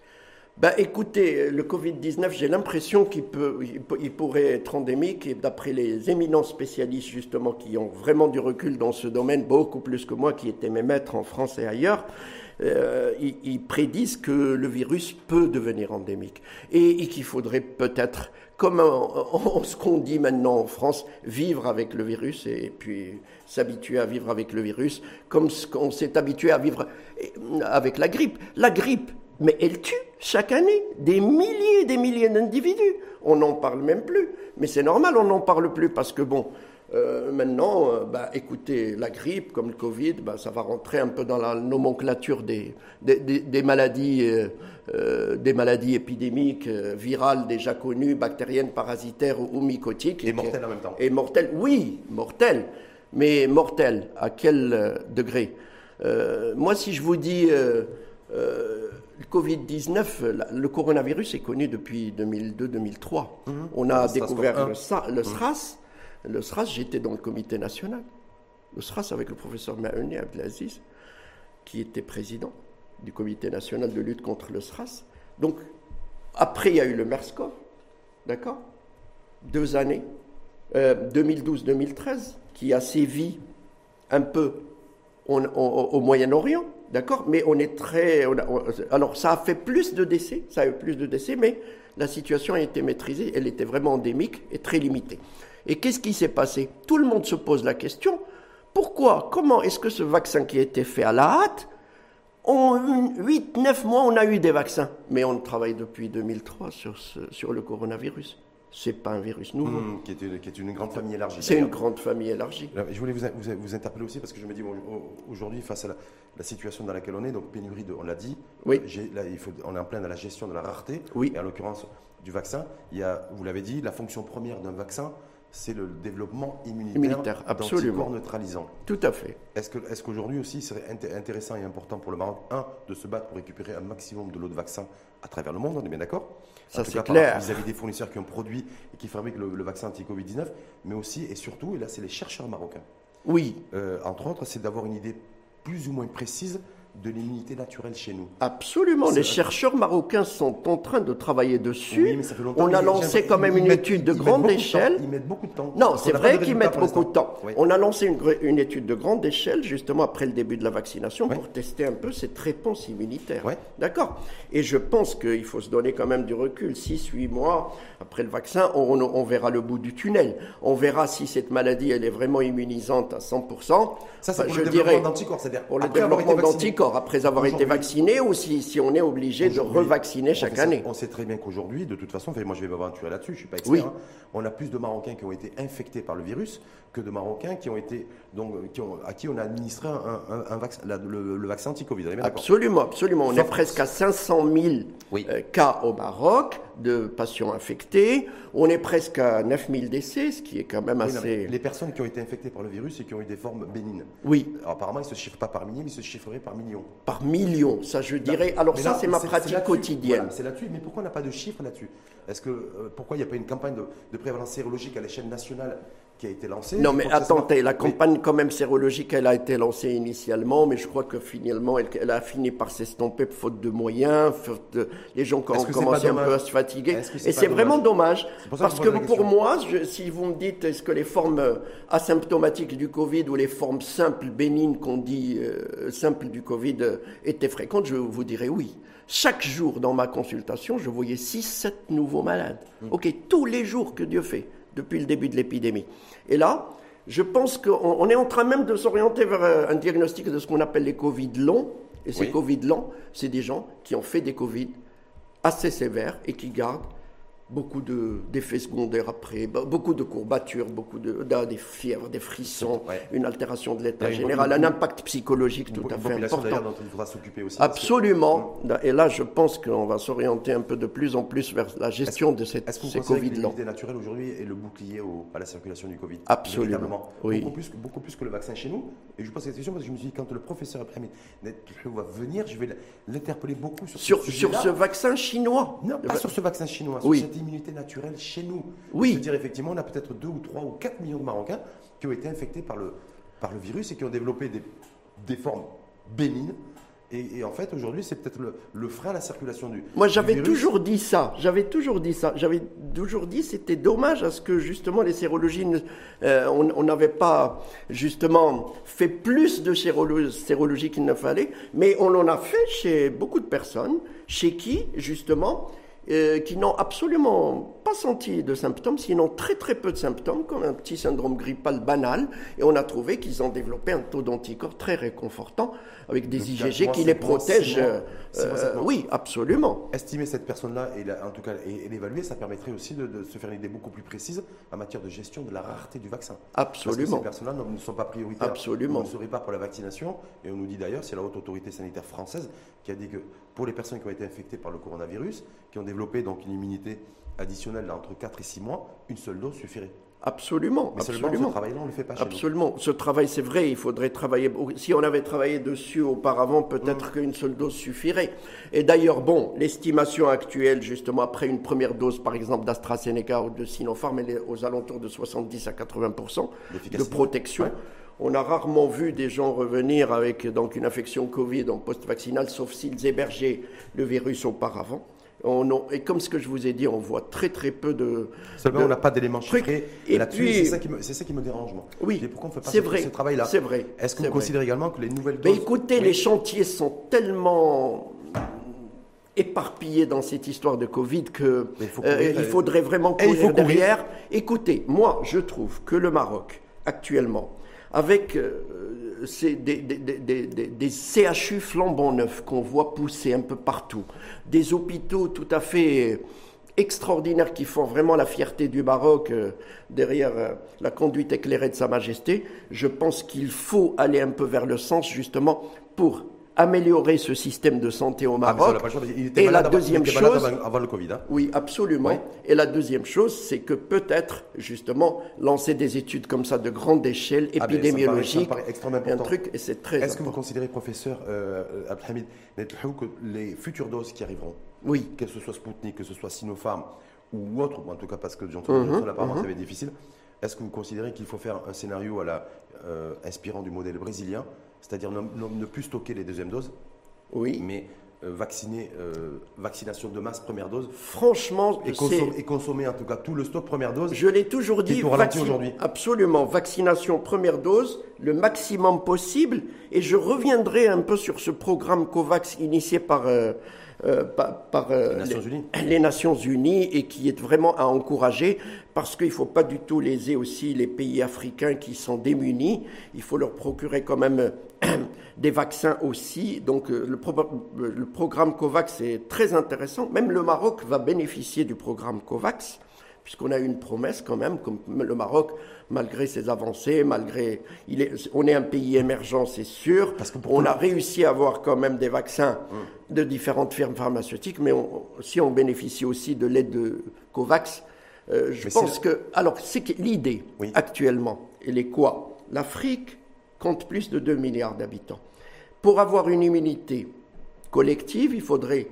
Ben, écoutez, le covid dix-neuf, j'ai l'impression qu'il peut, il, peut, il pourrait être endémique, et d'après les éminents spécialistes, justement, qui ont vraiment du recul dans ce domaine, beaucoup plus que moi, qui étaient mes maîtres en France et ailleurs, euh, ils, ils prédisent que le virus peut devenir endémique. Et, et qu'il faudrait peut-être... comme en, en, ce qu'on dit maintenant en France, vivre avec le virus et puis s'habituer à vivre avec le virus, comme ce qu'on s'est habitué à vivre avec la grippe. La grippe, mais elle tue chaque année des milliers et des milliers d'individus. On n'en parle même plus. Mais c'est normal, on n'en parle plus parce que bon, euh, maintenant, euh, bah, écoutez, la grippe, comme le Covid, bah, ça va rentrer un peu dans la nomenclature des, des, des, des maladies... Euh, Euh, des maladies épidémiques, euh, virales déjà connues, bactériennes, parasitaires ou, ou mycotiques. Et, et mortelles en même temps. Et mortelles, oui, mortelles. Mais mortelles, à quel euh, degré? euh, Moi, si je vous dis euh, euh, le covid dix-neuf, le coronavirus est connu depuis deux mille deux deux mille trois. Mmh. On a le découvert le, sa, le SRAS. Mmh. Le SRAS, j'étais dans le comité national. Le SRAS avec le professeur Mahoney Abdelaziz, qui était président du comité national de lutte contre le SRAS. Donc, après, il y a eu le MERS-CoV, d'accord? Deux années, euh, deux mille douze deux mille treize, qui a sévi un peu on, on, au Moyen-Orient, d'accord? Mais on est très... On a, on, alors, ça a fait plus de décès, ça a eu plus de décès, mais la situation a été maîtrisée, elle était vraiment endémique et très limitée. Et qu'est-ce qui s'est passé? Tout le monde se pose la question, pourquoi, comment est-ce que ce vaccin qui a été fait à la hâte, en huit neuf mois, on a eu des vaccins. Mais on travaille depuis deux mille trois sur, ce, sur le coronavirus. Ce n'est pas un virus nouveau. Mmh, qui, est une, qui est une grande famille élargie. C'est une grande famille élargie. Je voulais vous, vous, vous interpeller aussi parce que je me dis, bon, aujourd'hui, face à la, la situation dans laquelle on est, donc pénurie, de, on l'a dit, oui. là, il faut, on est en plein dans la gestion de la rareté. Oui. Et en l'occurrence, du vaccin, il y a, vous l'avez dit, la fonction première d'un vaccin, c'est le développement immunitaire, immunitaire d'anticorps neutralisants. Tout à fait. Est-ce que, est-ce qu'aujourd'hui aussi, il serait intéressant et important pour le Maroc, un, de se battre pour récupérer un maximum de lots de vaccins à travers le monde, on est bien d'accord? Ça, c'est clair. Vis-à-vis des fournisseurs qui ont produit et qui fabriquent le, le vaccin anti-Covid dix-neuf, mais aussi et surtout, et là, c'est les chercheurs marocains. Oui. Euh, entre autres, c'est d'avoir une idée plus ou moins précise de l'immunité naturelle chez nous. Absolument. C'est les vrai. chercheurs marocains sont en train de travailler dessus. Oui, mais ça fait longtemps. On a lancé quand même une mettent, étude de grande échelle. Ils mettent beaucoup de temps. Non, c'est vrai qu'ils mettent beaucoup de temps. Oui. On a lancé une, une étude de grande échelle, justement après le début de la vaccination, oui. pour tester un peu cette réponse immunitaire. Oui. D'accord. Et je pense qu'il faut se donner quand même du recul. six, huit mois après le vaccin, on, on verra le bout du tunnel. On verra si cette maladie, elle est vraiment immunisante à cent pour cent. Ça, c'est enfin, pour je le dirais, développement d'anticorps, c'est-à-dire pour le développement d'anticorps après avoir été vacciné, ou si, si on est obligé de revacciner chaque on année. Sait, on sait très bien qu'aujourd'hui, de toute façon, moi je vais m'aventurer là-dessus, je ne suis pas expert, oui. hein, on a plus de Marocains qui ont été infectés par le virus que de Marocains qui ont été, donc, qui ont, à qui on a administré un, un, un vaccin, la, le, le vaccin anti-Covid. Absolument, absolument. On Sauf est presque à cinq cent mille oui. euh, cas au Maroc de patients infectés. On est presque à neuf mille décès, ce qui est quand même oui, assez... Non, les personnes qui ont été infectées par le virus et qui ont eu des formes bénines. Oui. Alors, apparemment, ils ne se chiffrent pas par milliers, mais ils se chiffreraient par millions. Par millions, ça je dirais. Alors mais ça, c'est ma c'est, pratique c'est quotidienne. Voilà, c'est là-dessus. Mais pourquoi on n'a pas de chiffres là-dessus? Est-ce que euh, pourquoi il n'y a pas une campagne de, de prévalence sérologique à l'échelle nationale qui a été lancée? Non, mais attendez, la campagne oui. quand même sérologique, elle a été lancée initialement, mais je crois que finalement, elle, elle a fini par s'estomper faute de moyens, faute de, les gens ont commencé un peu à se fatiguer. C'est Et c'est dommage vraiment dommage, pour parce que, que pour moi, je, si vous me dites, est-ce que les formes asymptomatiques du Covid ou les formes simples, bénignes qu'on dit euh, simples du Covid euh, étaient fréquentes, je vous dirais oui. Chaque jour dans ma consultation, je voyais six sept nouveaux malades. Mmh. Ok, tous les jours que Dieu fait, depuis le début de l'épidémie. Et là, je pense qu'on on est en train même de s'orienter vers un diagnostic de ce qu'on appelle les Covid longs. Et ces oui. Covid longs, c'est des gens qui ont fait des Covid assez sévères et qui gardent beaucoup de, d'effets secondaires après, beaucoup de courbatures, beaucoup de, de des fièvres, des frissons, ouais. une altération de l'état général, un impact psychologique tout à fait important. Dont il faudra s'occuper aussi. Absolument. Que... Et là, je pense qu'on va s'orienter un peu de plus en plus vers la gestion est-ce, de cette, est-ce ces Covid longs. L'immunité naturelle aujourd'hui est le bouclier au, à la circulation du Covid. Absolument. Oui. Beaucoup, plus, beaucoup plus que le vaccin chez nous. Et je pose cette question parce que je me suis dit, quand le professeur Ibrahim va venir, je vais l'interpeller beaucoup sur, sur, ce, sur ce vaccin chinois. Non, pas sur ce vaccin chinois, oui. sur cette immunité naturelle chez nous. Oui. Je veux dire, effectivement, on a peut-être deux ou trois ou quatre millions de Marocains qui ont été infectés par le, par le virus et qui ont développé des, des formes bénignes. Et, et en fait, aujourd'hui, c'est peut-être le, le frein à la circulation du Moi, j'avais du toujours dit ça. J'avais toujours dit ça. J'avais toujours dit c'était dommage à ce que, justement, les sérologies, euh, on n'avait pas, justement, fait plus de sérologie, sérologie qu'il ne fallait. Mais on en a fait chez beaucoup de personnes, chez qui, justement... Euh, qui n'ont absolument pas senti de symptômes, sinon très très peu de symptômes, comme un petit syndrome grippal banal, et on a trouvé qu'ils ont développé un taux d'anticorps très réconfortant, avec des Donc, I G G qui les protègent. Euh, euh, oui, absolument. Estimer cette personne-là, et la, en tout cas, et, et l'évaluer, ça permettrait aussi de, de se faire une idée beaucoup plus précise en matière de gestion de la rareté du vaccin. Absolument. Parce que ces personnes-là ne sont pas prioritaires. Absolument. On ne serait pas pour la vaccination, et on nous dit d'ailleurs, c'est la haute autorité sanitaire française qui a dit que pour les personnes qui ont été infectées par le coronavirus, qui ont développé donc une immunité additionnelle entre quatre et six mois, une seule dose suffirait. Absolument. Mais absolument. seulement ce travail-là, on ne le fait pas chez Absolument. nous. Ce travail, c'est vrai, il faudrait travailler. Si on avait travaillé dessus auparavant, peut-être mmh. qu'une seule dose suffirait. Et d'ailleurs, bon, l'estimation actuelle, justement, après une première dose, par exemple, d'AstraZeneca ou de Sinopharm, elle est aux alentours de soixante-dix à quatre-vingts pour cent de protection. Ouais. On a rarement vu des gens revenir avec donc, une infection Covid en post-vaccinal, sauf s'ils hébergeaient le virus auparavant. On a, et comme ce que je vous ai dit, on voit très très peu de... Seulement, de on n'a pas d'éléments chiffrés et là-dessus. Puis, c'est, ça qui me, c'est ça qui me dérange, moi. Oui, et pourquoi on ne fait pas c'est ce, vrai, ce travail-là c'est vrai. Est-ce que c'est vous vrai. considérez également que les nouvelles doses... Mais écoutez, oui. les chantiers sont tellement éparpillés dans cette histoire de Covid que il, faut courir, euh, il faudrait vraiment courir, courir derrière. Écoutez, moi, je trouve que le Maroc, actuellement, avec euh, ces, des, des, des, des, des C H U flambant neufs qu'on voit pousser un peu partout, des hôpitaux tout à fait extraordinaires qui font vraiment la fierté du Maroc euh, derrière euh, la conduite éclairée de Sa Majesté, je pense qu'il faut aller un peu vers le sens justement pour améliorer ce système de santé au Maroc. Ah, mais ça, on n'a pas le choix, il était Et malade la avant- deuxième il était malade chose, avant, avant le Covid. Hein. oui, absolument. Ouais. Et la deuxième chose, c'est que peut-être, justement, lancer des études comme ça de grande échelle, Ah, mais épidémiologique, ça me paraît- ça me paraît extrêmement un important. truc, et c'est très Est-ce que vous important. considérez, professeur euh, Abdelhamid, que les futures doses qui arriveront, Oui. que ce soit Sputnik, que ce soit Sinopharm ou autre, en tout cas parce que Johnson Johnson, apparemment, ça va être difficile, est-ce que vous considérez qu'il faut faire un scénario à la, euh, inspirant du modèle brésilien, c'est-à-dire ne, ne- ne plus stocker les deuxièmes doses, Oui. mais euh, vacciner, euh, vaccination de masse première dose, Franchement, et c'est- consommer, et consommer en tout cas tout le stock première dose. je l'ai toujours Qui est dit, tout ralenti vaccin- aujourd'hui. absolument, vaccination première dose, le maximum possible, et je reviendrai un peu sur ce programme COVAX initié par, euh, euh, par, par, euh, Les Nations Unies. les Nations Unies et qui est vraiment à encourager, parce qu'il ne faut pas du tout léser aussi les pays africains qui sont démunis, il faut leur procurer quand même euh, des vaccins aussi. Donc euh, le, pro- le programme COVAX est très intéressant, même le Maroc va bénéficier du programme COVAX, puisqu'on a eu une promesse quand même, comme le Maroc, malgré ses avancées, malgré... Il est, on est un pays émergent, c'est sûr. Parce que pour on tout a le- réussi à avoir quand même des vaccins de différentes firmes pharmaceutiques, mais on- si on bénéficie aussi de l'aide de COVAX, euh, je Mais pense c'est- que... Alors, c'est que l'idée, Oui. actuellement, elle est quoi? L'Afrique compte plus de deux milliards d'habitants. Pour avoir une immunité collective, il faudrait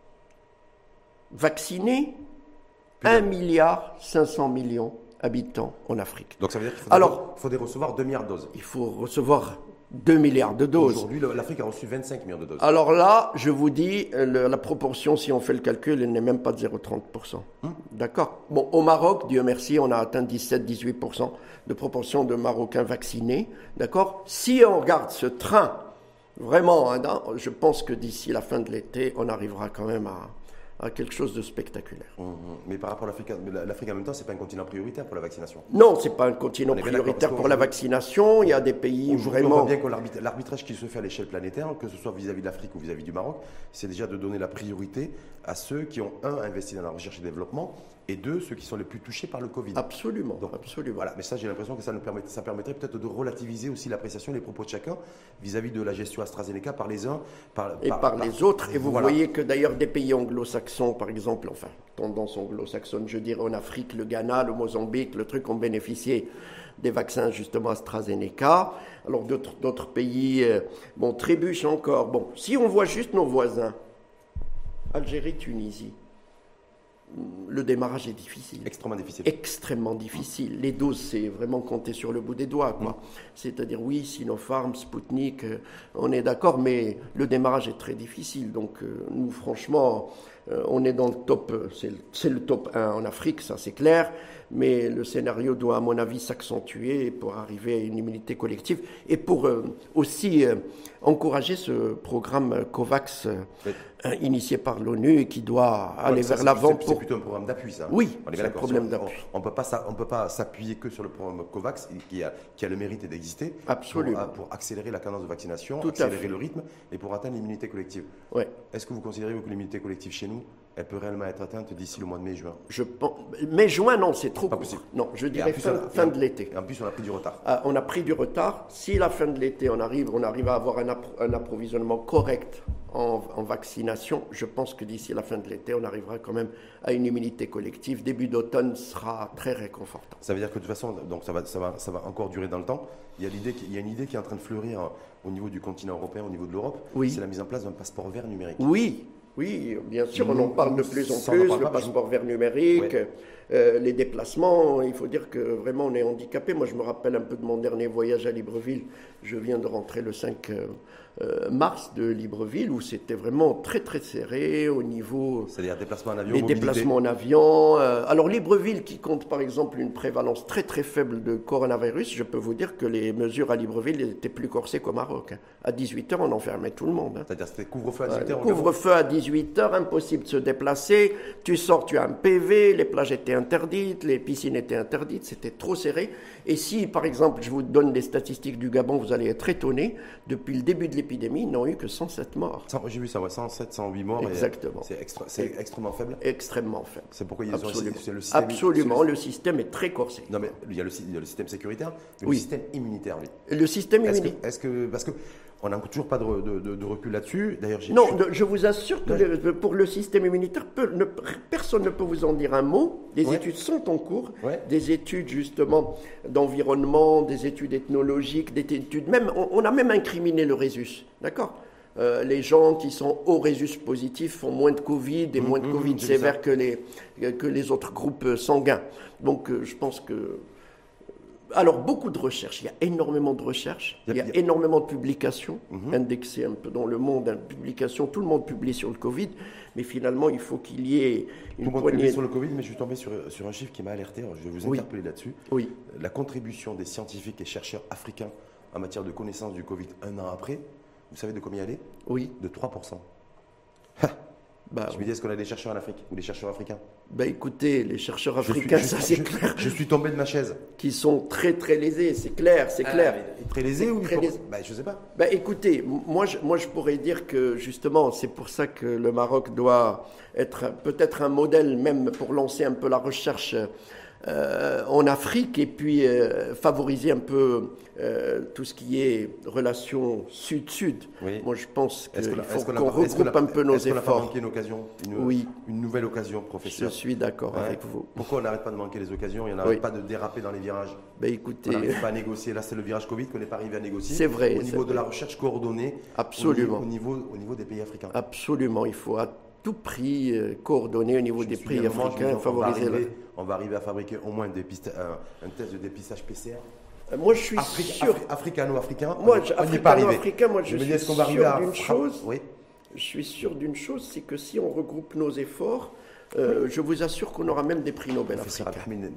vacciner un milliard cinq cents millions d'habitants en Afrique. Donc ça veut dire qu'il Alors- faudrait recevoir deux milliards de doses. Il faut recevoir deux milliards de doses. Aujourd'hui, le- l'Afrique a reçu vingt-cinq millions de doses. Alors là, je vous dis, euh, le- la proportion, si on fait le calcul, elle n'est même pas de zéro virgule trente pour cent. D'accord. Bon, au Maroc, Dieu merci, on a atteint dix-sept à dix-huit pour cent de proportion de Marocains vaccinés. D'accord. Si on regarde ce train, vraiment, hein, dans- je pense que d'ici la fin de l'été, on arrivera quand même à, à quelque chose de spectaculaire. Mhm. Mais par rapport à l'Afrique, mais l'Afrique en même temps, c'est pas un continent prioritaire pour la vaccination. Non, c'est pas un continent On est bien d'accord, prioritaire parce pour la qu'aujourd'hui- vaccination. Il y a des pays Aujourd'hui, on vraiment... voit bien que l'arbit- l'arbitrage qui se fait à l'échelle planétaire, que ce soit vis-à-vis de l'Afrique ou vis-à-vis du Maroc, c'est déjà de donner la priorité à ceux qui ont, un, investi dans la recherche et développement, et deux, ceux qui sont les plus touchés par le Covid. Absolument, Donc, absolument. Voilà, mais ça, j'ai l'impression que ça, nous permet, ça permettrait peut-être de relativiser aussi l'appréciation et les propos de chacun vis-à-vis de la gestion AstraZeneca par les uns par, Et par, les autres. Et vous voilà. voyez que d'ailleurs des pays anglo-saxons, par exemple, enfin, tendance anglo-saxonne, je dirais en Afrique, le Ghana, le Mozambique, le truc, ont bénéficié des vaccins justement AstraZeneca. Alors d'autres d'autres pays, euh, bon, trébuchent encore. Bon, si on voit juste nos voisins, Algérie, Tunisie, le démarrage est difficile. Extrêmement difficile. Extrêmement difficile. Les doses, c'est vraiment compter sur le bout des doigts, quoi. C'est-à-dire, oui, Sinopharm, Sputnik, euh, on est d'accord, mais le démarrage est très difficile. Donc, euh, nous, franchement, euh, on est dans le top, euh, c'est le, c'est le top un en Afrique, ça c'est clair, mais le scénario doit, à mon avis, s'accentuer pour arriver à une immunité collective et pour euh, aussi euh, encourager ce programme COVAX euh, Oui. euh, initié par l'ONU et qui doit aller Ouais, ça, vers c'est- l'avant c'est- pour... C'est plutôt un programme d'appui, ça. Oui, On est c'est bien un d'accord. problème On- d'appui. On ne peut pas s'a- on peut pas s'appuyer que sur le programme COVAX qui a, qui a le mérite d'exister. Absolument. Pour, pour accélérer la cadence de vaccination, Tout à accélérer fait. le rythme et pour atteindre l'immunité collective. Ouais. Est-ce que vous considérez que l'immunité collective chez nous, elle peut réellement être atteinte d'ici le mois de mai-juin? Je pense... Mais juin, non, c'est trop Pas court. possible. Non, je Et en dirais plus, fin, on a- fin de l'été. Et en plus, on a pris du retard. Ah, on a pris du retard. Si la fin de l'été, on arrive, on arrive à avoir un, appro- un approvisionnement correct en, en vaccination, je pense que d'ici la fin de l'été, on arrivera quand même à une immunité collective. Début d'automne sera très réconfortant. Ça veut dire que de toute façon, donc ça va, ça va, ça va encore durer dans le temps. Il y a l'idée, qui- il y a une idée qui est en train de fleurir euh, au niveau du continent européen, au niveau de l'Europe. Oui. C'est la mise en place d'un passeport vert numérique. Oui, oui, bien sûr, on Nous, en parle de nous, plus en ça, on en plus, parle le pas, parce que- passeport vert numérique, Ouais. euh, les déplacements, il faut dire que vraiment on est handicapé. Moi je me rappelle un peu de mon dernier voyage à Libreville, je viens de rentrer le cinq euh, euh, mars de Libreville, où c'était vraiment très très serré au niveau... C'est-à-dire déplacement en avion, Les mobilité. déplacements en avion. euh, alors Libreville, qui compte par exemple une prévalence très très faible de coronavirus, je peux vous dire que les mesures à Libreville étaient plus corsées qu'au Maroc. hein. À dix-huit heures, on enfermait tout le monde. hein. C'est-à-dire c'était couvre-feu à Ouais, dix-huit heures. Couvre-feu à dix-huit heures, impossible de se déplacer. Tu sors, tu as un P V, les plages étaient interdites, les piscines étaient interdites, c'était trop serré. Et si, par exemple, je vous donne les statistiques du Gabon, vous allez être étonné. Depuis le début de l'épidémie, ils n'ont eu que cent sept morts. cent- J'ai vu ça, ouais, cent sept, cent huit morts. et Exactement. C'est extra- c'est extrêmement faible. Extrêmement faible. C'est pourquoi ils ont Absolument. c'est le système. Absolument, c'est le- le système est très corsé. Non mais il y a le, il y a le système sécuritaire, mais Oui. le système immunitaire, lui. Le système Est-ce que, immunitaire. est-ce que, parce que On n'a toujours pas de, de, de, de recul là-dessus. D'ailleurs, j'ai, non, je, je vous assure que le, pour le système immunitaire, peu, ne, personne ne peut vous en dire un mot. Des ouais. études sont en cours, ouais. des études justement d'environnement, des études ethnologiques, des études même. On, on a même incriminé le résus, d'accord. Euh, les gens qui sont au résus positif font moins de Covid et mmh, moins de Covid mmh, sévère que les, que les autres groupes sanguins. Donc, euh, je pense que. Alors, beaucoup de recherches. Il y a énormément de recherches. Il y a, il y a énormément de publications mmh. indexées un peu dans le monde. Hein, publications, tout le monde publie sur le Covid. Mais finalement, il faut qu'il y ait une tout le monde poignée... publie sur le Covid, mais je suis tombé sur, sur un chiffre qui m'a alerté. Alors, je vais vous interpeller oui. là-dessus. Oui. La contribution des scientifiques et chercheurs africains en matière de connaissance du Covid un an après, vous savez de combien elle est ? Oui. De trois pour cent. Bah, je me dis, est-ce qu'on a des chercheurs en Afrique ou des chercheurs africains ? Ben écoutez, les chercheurs africains, suis, ça je, c'est je, clair. Je suis tombé de ma chaise. Qui sont très très lésés, c'est clair, c'est ah, clair. Très lésés ou très faut... lésés. Ben, je sais pas. Ben écoutez, moi je, moi je pourrais dire que justement, c'est pour ça que le Maroc doit être peut-être un modèle même pour lancer un peu la recherche euh, en Afrique et puis euh, favoriser un peu euh, tout ce qui est relations sud-sud. Oui. Moi je pense qu'il faut qu'on, qu'on regroupe un peu nos est-ce efforts. Est-ce qu'on n'a pas manqué une occasion, une, oui. une nouvelle occasion, professeur ? Je suis d'accord ouais. avec vous. Pourquoi on n'arrête pas de manquer les occasions et on n'arrête oui. pas de déraper dans les virages ? Ben écoutez, on n'arrive pas à négocier. Là, c'est le virage Covid qu'on n'est pas arrivé à négocier. C'est vrai. Au niveau de vrai. la recherche coordonnée, absolument. Au niveau, au niveau, au niveau des pays africains. Absolument. Il faut à tout prix euh, coordonner au niveau je des pays africains, moment, favoriser. On va, arriver, on va arriver à fabriquer au moins dépista- un, un test de dépistage P C R. Euh, moi, je suis Afri- sûr. Afri- Africano-africain. Moi, on n'y est pas arrivé. Africain, moi, je, je suis sûr d'une chose. Oui. Je suis sûr d'une chose, c'est que si on regroupe nos efforts, euh, oui. je vous assure qu'on aura même des prix Nobel africains.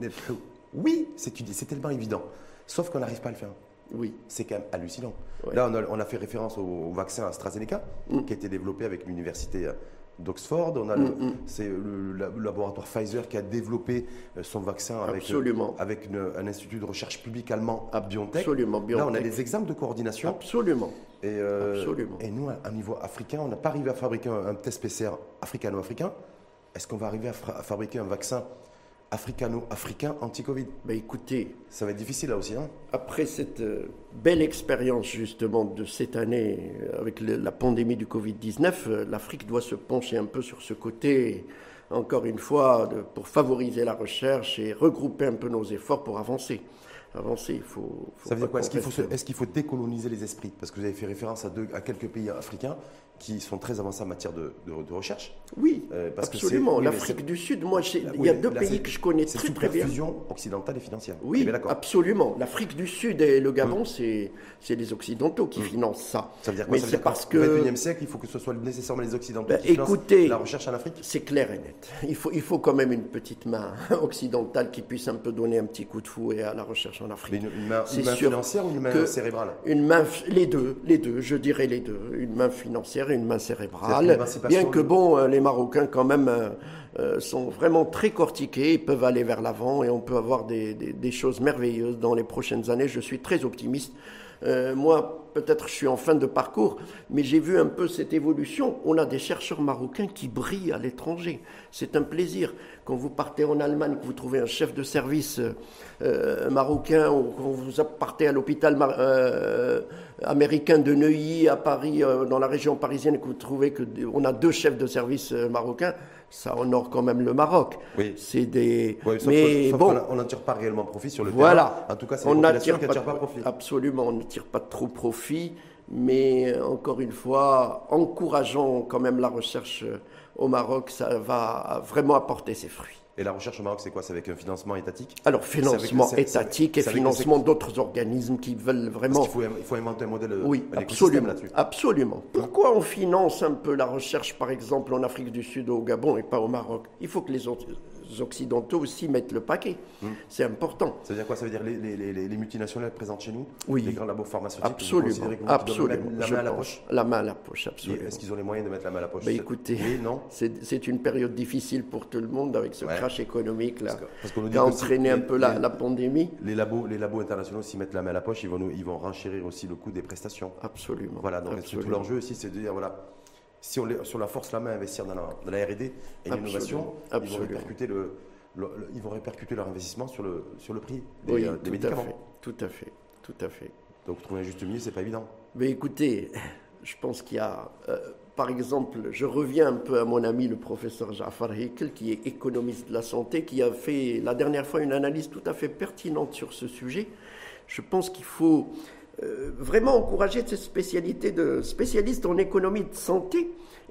Oui, c'est, c'est tellement évident. Sauf qu'on n'arrive pas à le faire. Oui. C'est quand même hallucinant. Ouais. Là, on a, on a fait référence au, au vaccin AstraZeneca, mm. qui a été développé avec l'université d'Oxford. On a mm, le, mm. C'est le, le laboratoire Pfizer qui a développé son vaccin avec, Absolument. avec une, un institut de recherche public allemand à BioNTech. Absolument. BioNTech. Là, on a des exemples de coordination. Absolument. Et, euh, Absolument. et nous, à un niveau africain, on n'a pas arrivé à fabriquer un, un test P C R africano-africain. Est-ce qu'on va arriver à, fra- à fabriquer un vaccin africano-africain anti-Covid? Ben écoutez, ça va être difficile là aussi, hein. Après cette euh, belle expérience justement de cette année euh, avec le, la pandémie du covid dix-neuf, euh, l'Afrique doit se pencher un peu sur ce côté, encore une fois, de, pour favoriser la recherche et regrouper un peu nos efforts pour avancer. Avancer, il faut. faut ça veut dire quoi? Est-ce qu'il faut, se, est-ce qu'il faut décoloniser les esprits? Parce que vous avez fait référence à, deux, à quelques pays africains qui sont très avancés en matière de, de, de recherche. Oui, euh, parce absolument. Que c'est, L'Afrique oui, du Sud, moi, j'ai, il y a deux là, pays que je connais très très bien. C'est fusion occidentale et financière. Oui, absolument. L'Afrique du Sud et le Gabon, mmh. c'est, c'est les Occidentaux qui mmh. financent ça. Ça veut dire quoi? Mais ça veut c'est dire parce qu'au que... vingt et unième siècle, il faut que ce soit nécessairement les Occidentaux ben, qui écoutez, financent la recherche en Afrique? C'est clair et net. Il faut, il faut quand même une petite main occidentale qui puisse un peu donner un petit coup de fouet à la recherche en Afrique. Mais une, une main, une main financière ou une main cérébrale? Une main, les deux, les deux, je dirais les deux. Une main financière et une main cérébrale. Bien que bon, euh, les Marocains quand même euh, euh, sont vraiment très cortiqués, ils peuvent aller vers l'avant et on peut avoir des, des, des choses merveilleuses dans les prochaines années. Je suis très optimiste. Euh, moi, peut-être je suis en fin de parcours, mais j'ai vu un peu cette évolution. On a des chercheurs marocains qui brillent à l'étranger. C'est un plaisir. Quand vous partez en Allemagne, que vous trouvez un chef de service euh, marocain, ou quand vous partez à l'hôpital mar- euh, américain de Neuilly, à Paris, euh, dans la région parisienne, que vous trouvez qu'on a deux chefs de service euh, marocains, ça honore quand même le Maroc. Oui. C'est des... Oui, sauf mais sauf bon, on n'en tire pas réellement profit sur le voilà. terrain. En tout cas, c'est on la population qui n'en tire pas profit. Absolument, on ne tire pas trop profit. Mais encore une fois, encourageons quand même la recherche au Maroc, ça va vraiment apporter ses fruits. Et la recherche au Maroc, c'est quoi? C'est avec un financement étatique? Alors, financement c'est avec, c'est, étatique c'est, c'est et financement c'est... d'autres organismes qui veulent vraiment... Parce qu'il faut, il faut inventer un modèle, oui, un absolument, là-dessus. Absolument. Pourquoi on finance un peu la recherche, par exemple, en Afrique du Sud, au Gabon, et pas au Maroc? Il faut que les autres Occidentaux aussi mettent le paquet. Hum. C'est important. Ça veut dire quoi? Ça veut dire les, les, les, les multinationales présentes chez nous? Oui. Les grands labos pharmaceutiques? Absolument. Que vous absolument. La main à la poche? La main à la poche, absolument. Et est-ce qu'ils ont les moyens de mettre la main à la poche? Ben, écoutez, oui, non c'est, c'est une période difficile pour tout le monde avec ce ouais. crash économique là, parce qu'on qui a entraîné un peu la, les, la pandémie. Les labos, les labos internationaux, s'ils mettent la main à la poche, ils vont, nous, ils vont renchérir aussi le coût des prestations. Absolument. Voilà, donc absolument. Tout l'enjeu aussi, c'est de dire, voilà, si on, les, si on la force la main à investir dans la, dans la R et D et l'innovation, ils vont répercuter le... Le, le, ils vont répercuter leur investissement sur le, sur le prix des, oui, euh, des tout médicaments. À fait, tout à fait, tout à fait. Donc trouver un juste milieu, c'est pas évident. Mais écoutez, je pense qu'il y a, euh, par exemple, je reviens un peu à mon ami le professeur Ja'far Hakel, qui est économiste de la santé, qui a fait la dernière fois une analyse tout à fait pertinente sur ce sujet. Je pense qu'il faut euh, vraiment encourager cette spécialité de spécialiste en économie de santé.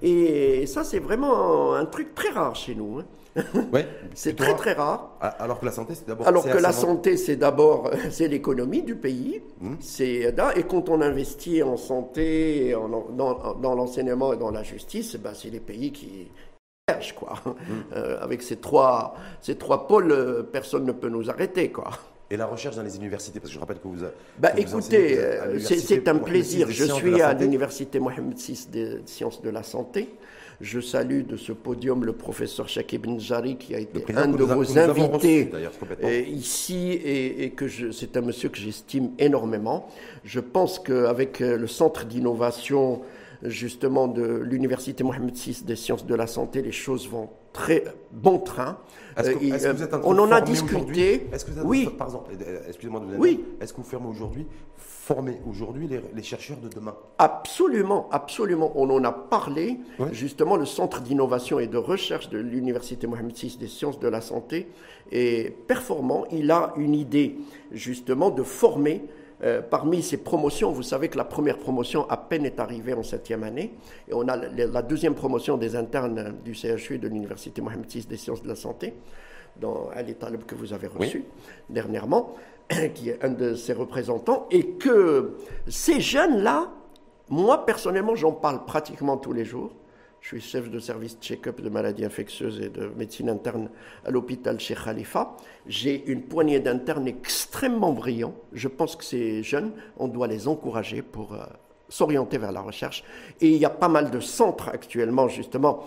Et ça, c'est vraiment un truc très rare chez nous. Hein. Ouais, c'est très très rare. Alors que la santé, c'est d'abord. Alors que la santé, c'est d'abord c'est l'économie du pays. Mmh. C'est et quand on investit en santé, en, dans, dans l'enseignement et dans la justice, ben c'est les pays qui quoi. Mmh. Euh, avec ces trois ces trois pôles, personne ne peut nous arrêter quoi. Et la recherche dans les universités, parce que je rappelle que vous. Bah, que écoutez, vous c'est un plaisir. Je suis à l'université Mohamed six des sciences de la santé. Je salue de ce podium le professeur Shakib Njari qui a été un de vos nous invités reçu, ici et, et que c'est un monsieur que j'estime énormément. Je pense qu'avec le centre d'innovation justement de l'université Mohamed six des sciences de la santé, les choses vont très bon train. Est-ce que, est-ce que vous êtes en train on de en a discuté. Est-ce que vous êtes, oui. Par exemple, excusez-moi de vous oui. Est-ce que vous fermez aujourd'hui, formez aujourd'hui les, les chercheurs de demain? Absolument, absolument. On en a parlé. Oui. Justement, le centre d'innovation et de recherche de l'université Mohamed six des sciences de la santé est performant. Il a une idée justement de former. Euh, parmi ces promotions, vous savez que la première promotion à peine est arrivée en septième année, et on a la, la deuxième promotion des internes du C H U de l'université Mohamed six des sciences de la santé, dans Ali Taleb que vous avez reçu oui. dernièrement, qui est un de ses représentants, et que ces jeunes-là, moi personnellement, j'en parle pratiquement tous les jours. Je suis chef de service check-up de maladies infectieuses et de médecine interne à l'hôpital Cheikh Khalifa. J'ai une poignée d'internes extrêmement brillants. Je pense que ces jeunes, on doit les encourager pour euh, s'orienter vers la recherche. Et il y a pas mal de centres actuellement, justement,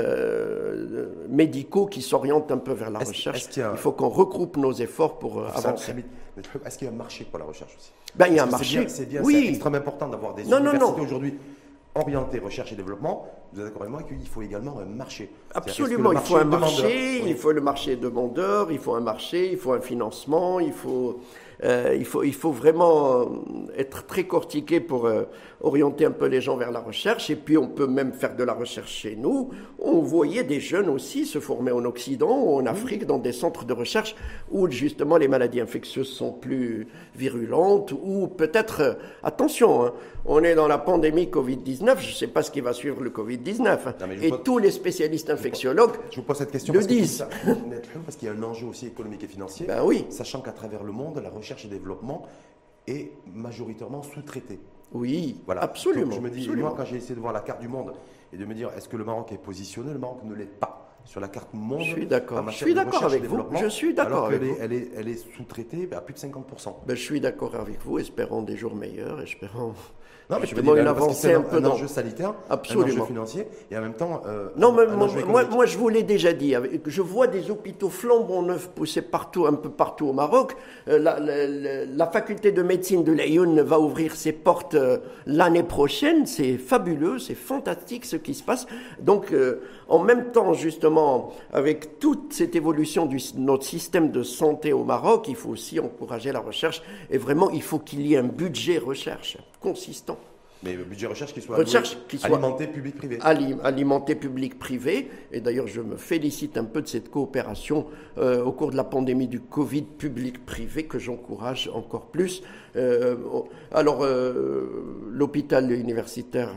euh, médicaux qui s'orientent un peu vers la est-ce, recherche. Est-ce qu'il, y a... il faut qu'on regroupe nos efforts pour euh, avancer. Est-ce qu'il y a un marché pour la recherche aussi? Ben, il y a un marché. C'est, bien, c'est, bien, oui. c'est extrêmement important d'avoir des non, universités non, non. aujourd'hui orienté recherche et développement, vous êtes d'accord avec moi qu'il faut également un marché. Absolument, il faut un marché, oui. il faut le marché demandeur, il faut un marché, il faut un financement, il faut, euh, il faut, il faut vraiment être très cortiqué pour euh, orienter un peu les gens vers la recherche. Et puis on peut même faire de la recherche chez nous. On voyait des jeunes aussi se former en Occident ou en Afrique mmh. dans des centres de recherche où justement les maladies infectieuses sont plus virulentes ou peut-être, euh, attention, hein, on est dans la pandémie covid dix-neuf, je ne sais pas ce qui va suivre le covid dix-neuf. Non, et pose, tous les spécialistes infectiologues je vous pose cette question le parce disent. Ça, parce qu'il y a un enjeu aussi économique et financier, ben oui. sachant qu'à travers le monde, la recherche et développement est majoritairement sous-traitée. Oui, voilà. absolument. Donc je me dis, absolument. moi quand j'ai essayé de voir la carte du monde et de me dire, est-ce que le Maroc est positionné? Le Maroc ne l'est pas sur la carte monde. Je suis d'accord. Je suis d'accord avec vous. Je suis d'accord avec vous. Elle est, elle est sous-traitée à plus de cinquante pour cent. Ben, je suis d'accord avec vous. Espérons des jours meilleurs. Espérons. Non, mais je justement dis, une avancée un, un peu un dans enjeu sanitaire, absolument. un enjeu financier et en même temps. Euh, non, mais un moi, enjeu moi, moi, je vous l'ai déjà dit. Je vois des hôpitaux flambant neufs poussés partout, un peu partout au Maroc. Euh, la, la, la faculté de médecine de l'Aïoun va ouvrir ses portes euh, l'année prochaine. C'est fabuleux, c'est fantastique ce qui se passe. Donc, euh, en même temps, justement, avec toute cette évolution de notre système de santé au Maroc, il faut aussi encourager la recherche. Et vraiment, il faut qu'il y ait un budget recherche consistant. Mais le budget recherche qui soit, recherche qui soit alimenté public-privé. Ali, alimenté public-privé. Et d'ailleurs, je me félicite un peu de cette coopération euh, au cours de la pandémie du Covid public-privé que j'encourage encore plus. Euh, alors, euh, l'hôpital universitaire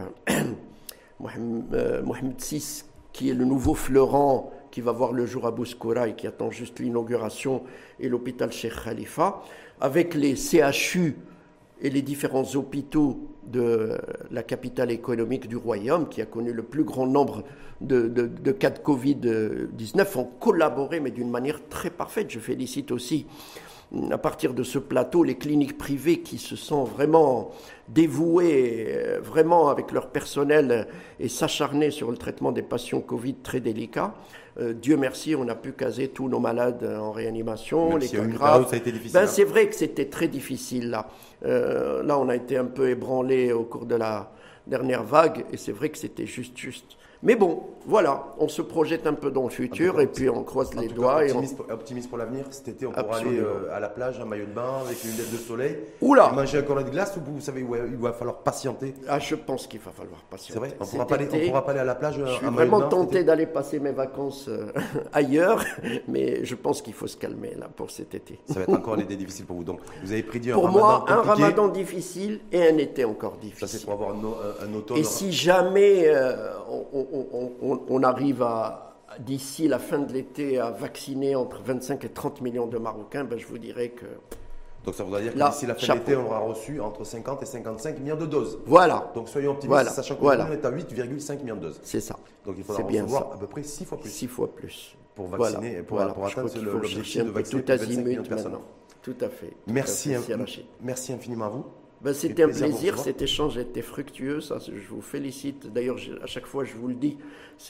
Mohamed six, qui est le nouveau fleuron qui va voir le jour à Bouskoura et qui attend juste l'inauguration, et l'hôpital Cheikh Khalifa, avec les C H U et les différents hôpitaux de la capitale économique du royaume, qui a connu le plus grand nombre de, de, de cas de covid dix-neuf, ont collaboré, mais d'une manière très parfaite. Je félicite aussi, à partir de ce plateau, les cliniques privées qui se sont vraiment dévouées, vraiment avec leur personnel, et s'acharner sur le traitement des patients Covid très délicats. Euh, Dieu merci, on a pu caser tous nos malades en réanimation, Même les si cas une graves. Ça a été difficile, ben, hein. C'est vrai que c'était très difficile là. Euh, là, on a été un peu ébranlé au cours de la dernière vague, et c'est vrai que c'était juste, juste. Mais bon, voilà, on se projette un peu dans le futur et puis on croise les doigts. Optimiste, et on... optimiste pour l'avenir. Cet été, on pourra aller euh, à la plage, en maillot de bain, avec une lunette de soleil. Oula! Et manger un collant de glace, ou vous savez, il va falloir patienter. Ah, je pense qu'il va falloir patienter. C'est vrai, on ne pourra pas aller à la plage. Je suis vraiment tenté d'aller passer mes vacances euh, ailleurs, mais je pense qu'il faut se calmer là pour cet été. Ça va être encore un été difficile pour vous. Donc, vous avez prédit un pour ramadan moi, compliqué. un ramadan difficile et un été encore difficile. Ça, c'est pour avoir un, un automne. Et si jamais euh, on, on, on, on arrive à, d'ici la fin de l'été, à vacciner entre vingt-cinq et trente millions de Marocains, ben, je vous dirais que... Donc ça voudrait dire que d'ici la fin de l'été, on aura reçu entre cinquante et cinquante-cinq millions de doses. Voilà. Donc soyons optimistes, voilà. sachant qu'on voilà. est à huit virgule cinq millions de doses. C'est ça. Donc il faudra recevoir à peu près six fois plus. six fois plus. Pour vacciner, voilà. pour, voilà. pour atteindre l'objectif de vacciner tout vingt-cinq millions de personnes. Tout à fait. Tout merci, à fait, un, merci infiniment à vous. Ben, c'était un plaisir, cet échange était fructueux, ça, je vous félicite. D'ailleurs, à chaque fois, je vous le dis,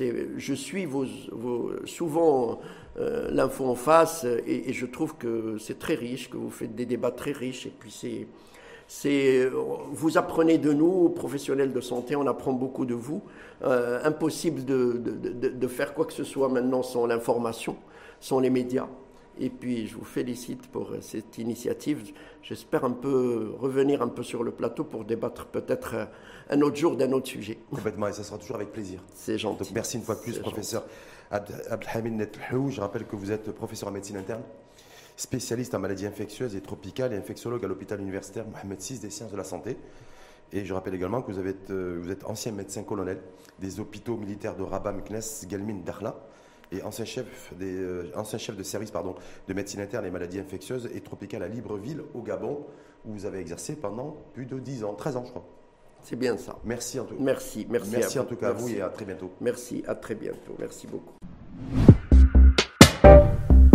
je suis vos, vos, souvent euh, l'info en face et, et je trouve que c'est très riche, que vous faites des débats très riches. Et puis, c'est, c'est, vous apprenez de nous, professionnels de santé, on apprend beaucoup de vous. Euh, impossible de, de, de, de faire quoi que ce soit maintenant sans l'information, sans les médias. Et puis, je vous félicite pour cette initiative. J'espère un peu revenir un peu sur le plateau pour débattre peut-être un autre jour d'un autre sujet. Complètement, et ça sera toujours avec plaisir. C'est gentil. Donc, merci une fois de plus, professeur Abdelhamid Netlhou. Je rappelle que vous êtes professeur en médecine interne, spécialiste en maladies infectieuses et tropicales et infectiologue à l'hôpital universitaire Mohamed six des sciences de la santé. Et je rappelle également que vous, avez, vous êtes ancien médecin colonel des hôpitaux militaires de Rabat, Meknes, Guelmim, Dakhla, et ancien chef, des, euh, ancien chef de service pardon, de médecine interne et maladies infectieuses et tropicales à Libreville, au Gabon, où vous avez exercé pendant plus de dix ans, treize ans je crois. C'est bien ça. Merci en tout cas. Merci, merci, merci à en vous. tout cas merci. à vous et à très bientôt. Merci, à très bientôt. Merci beaucoup.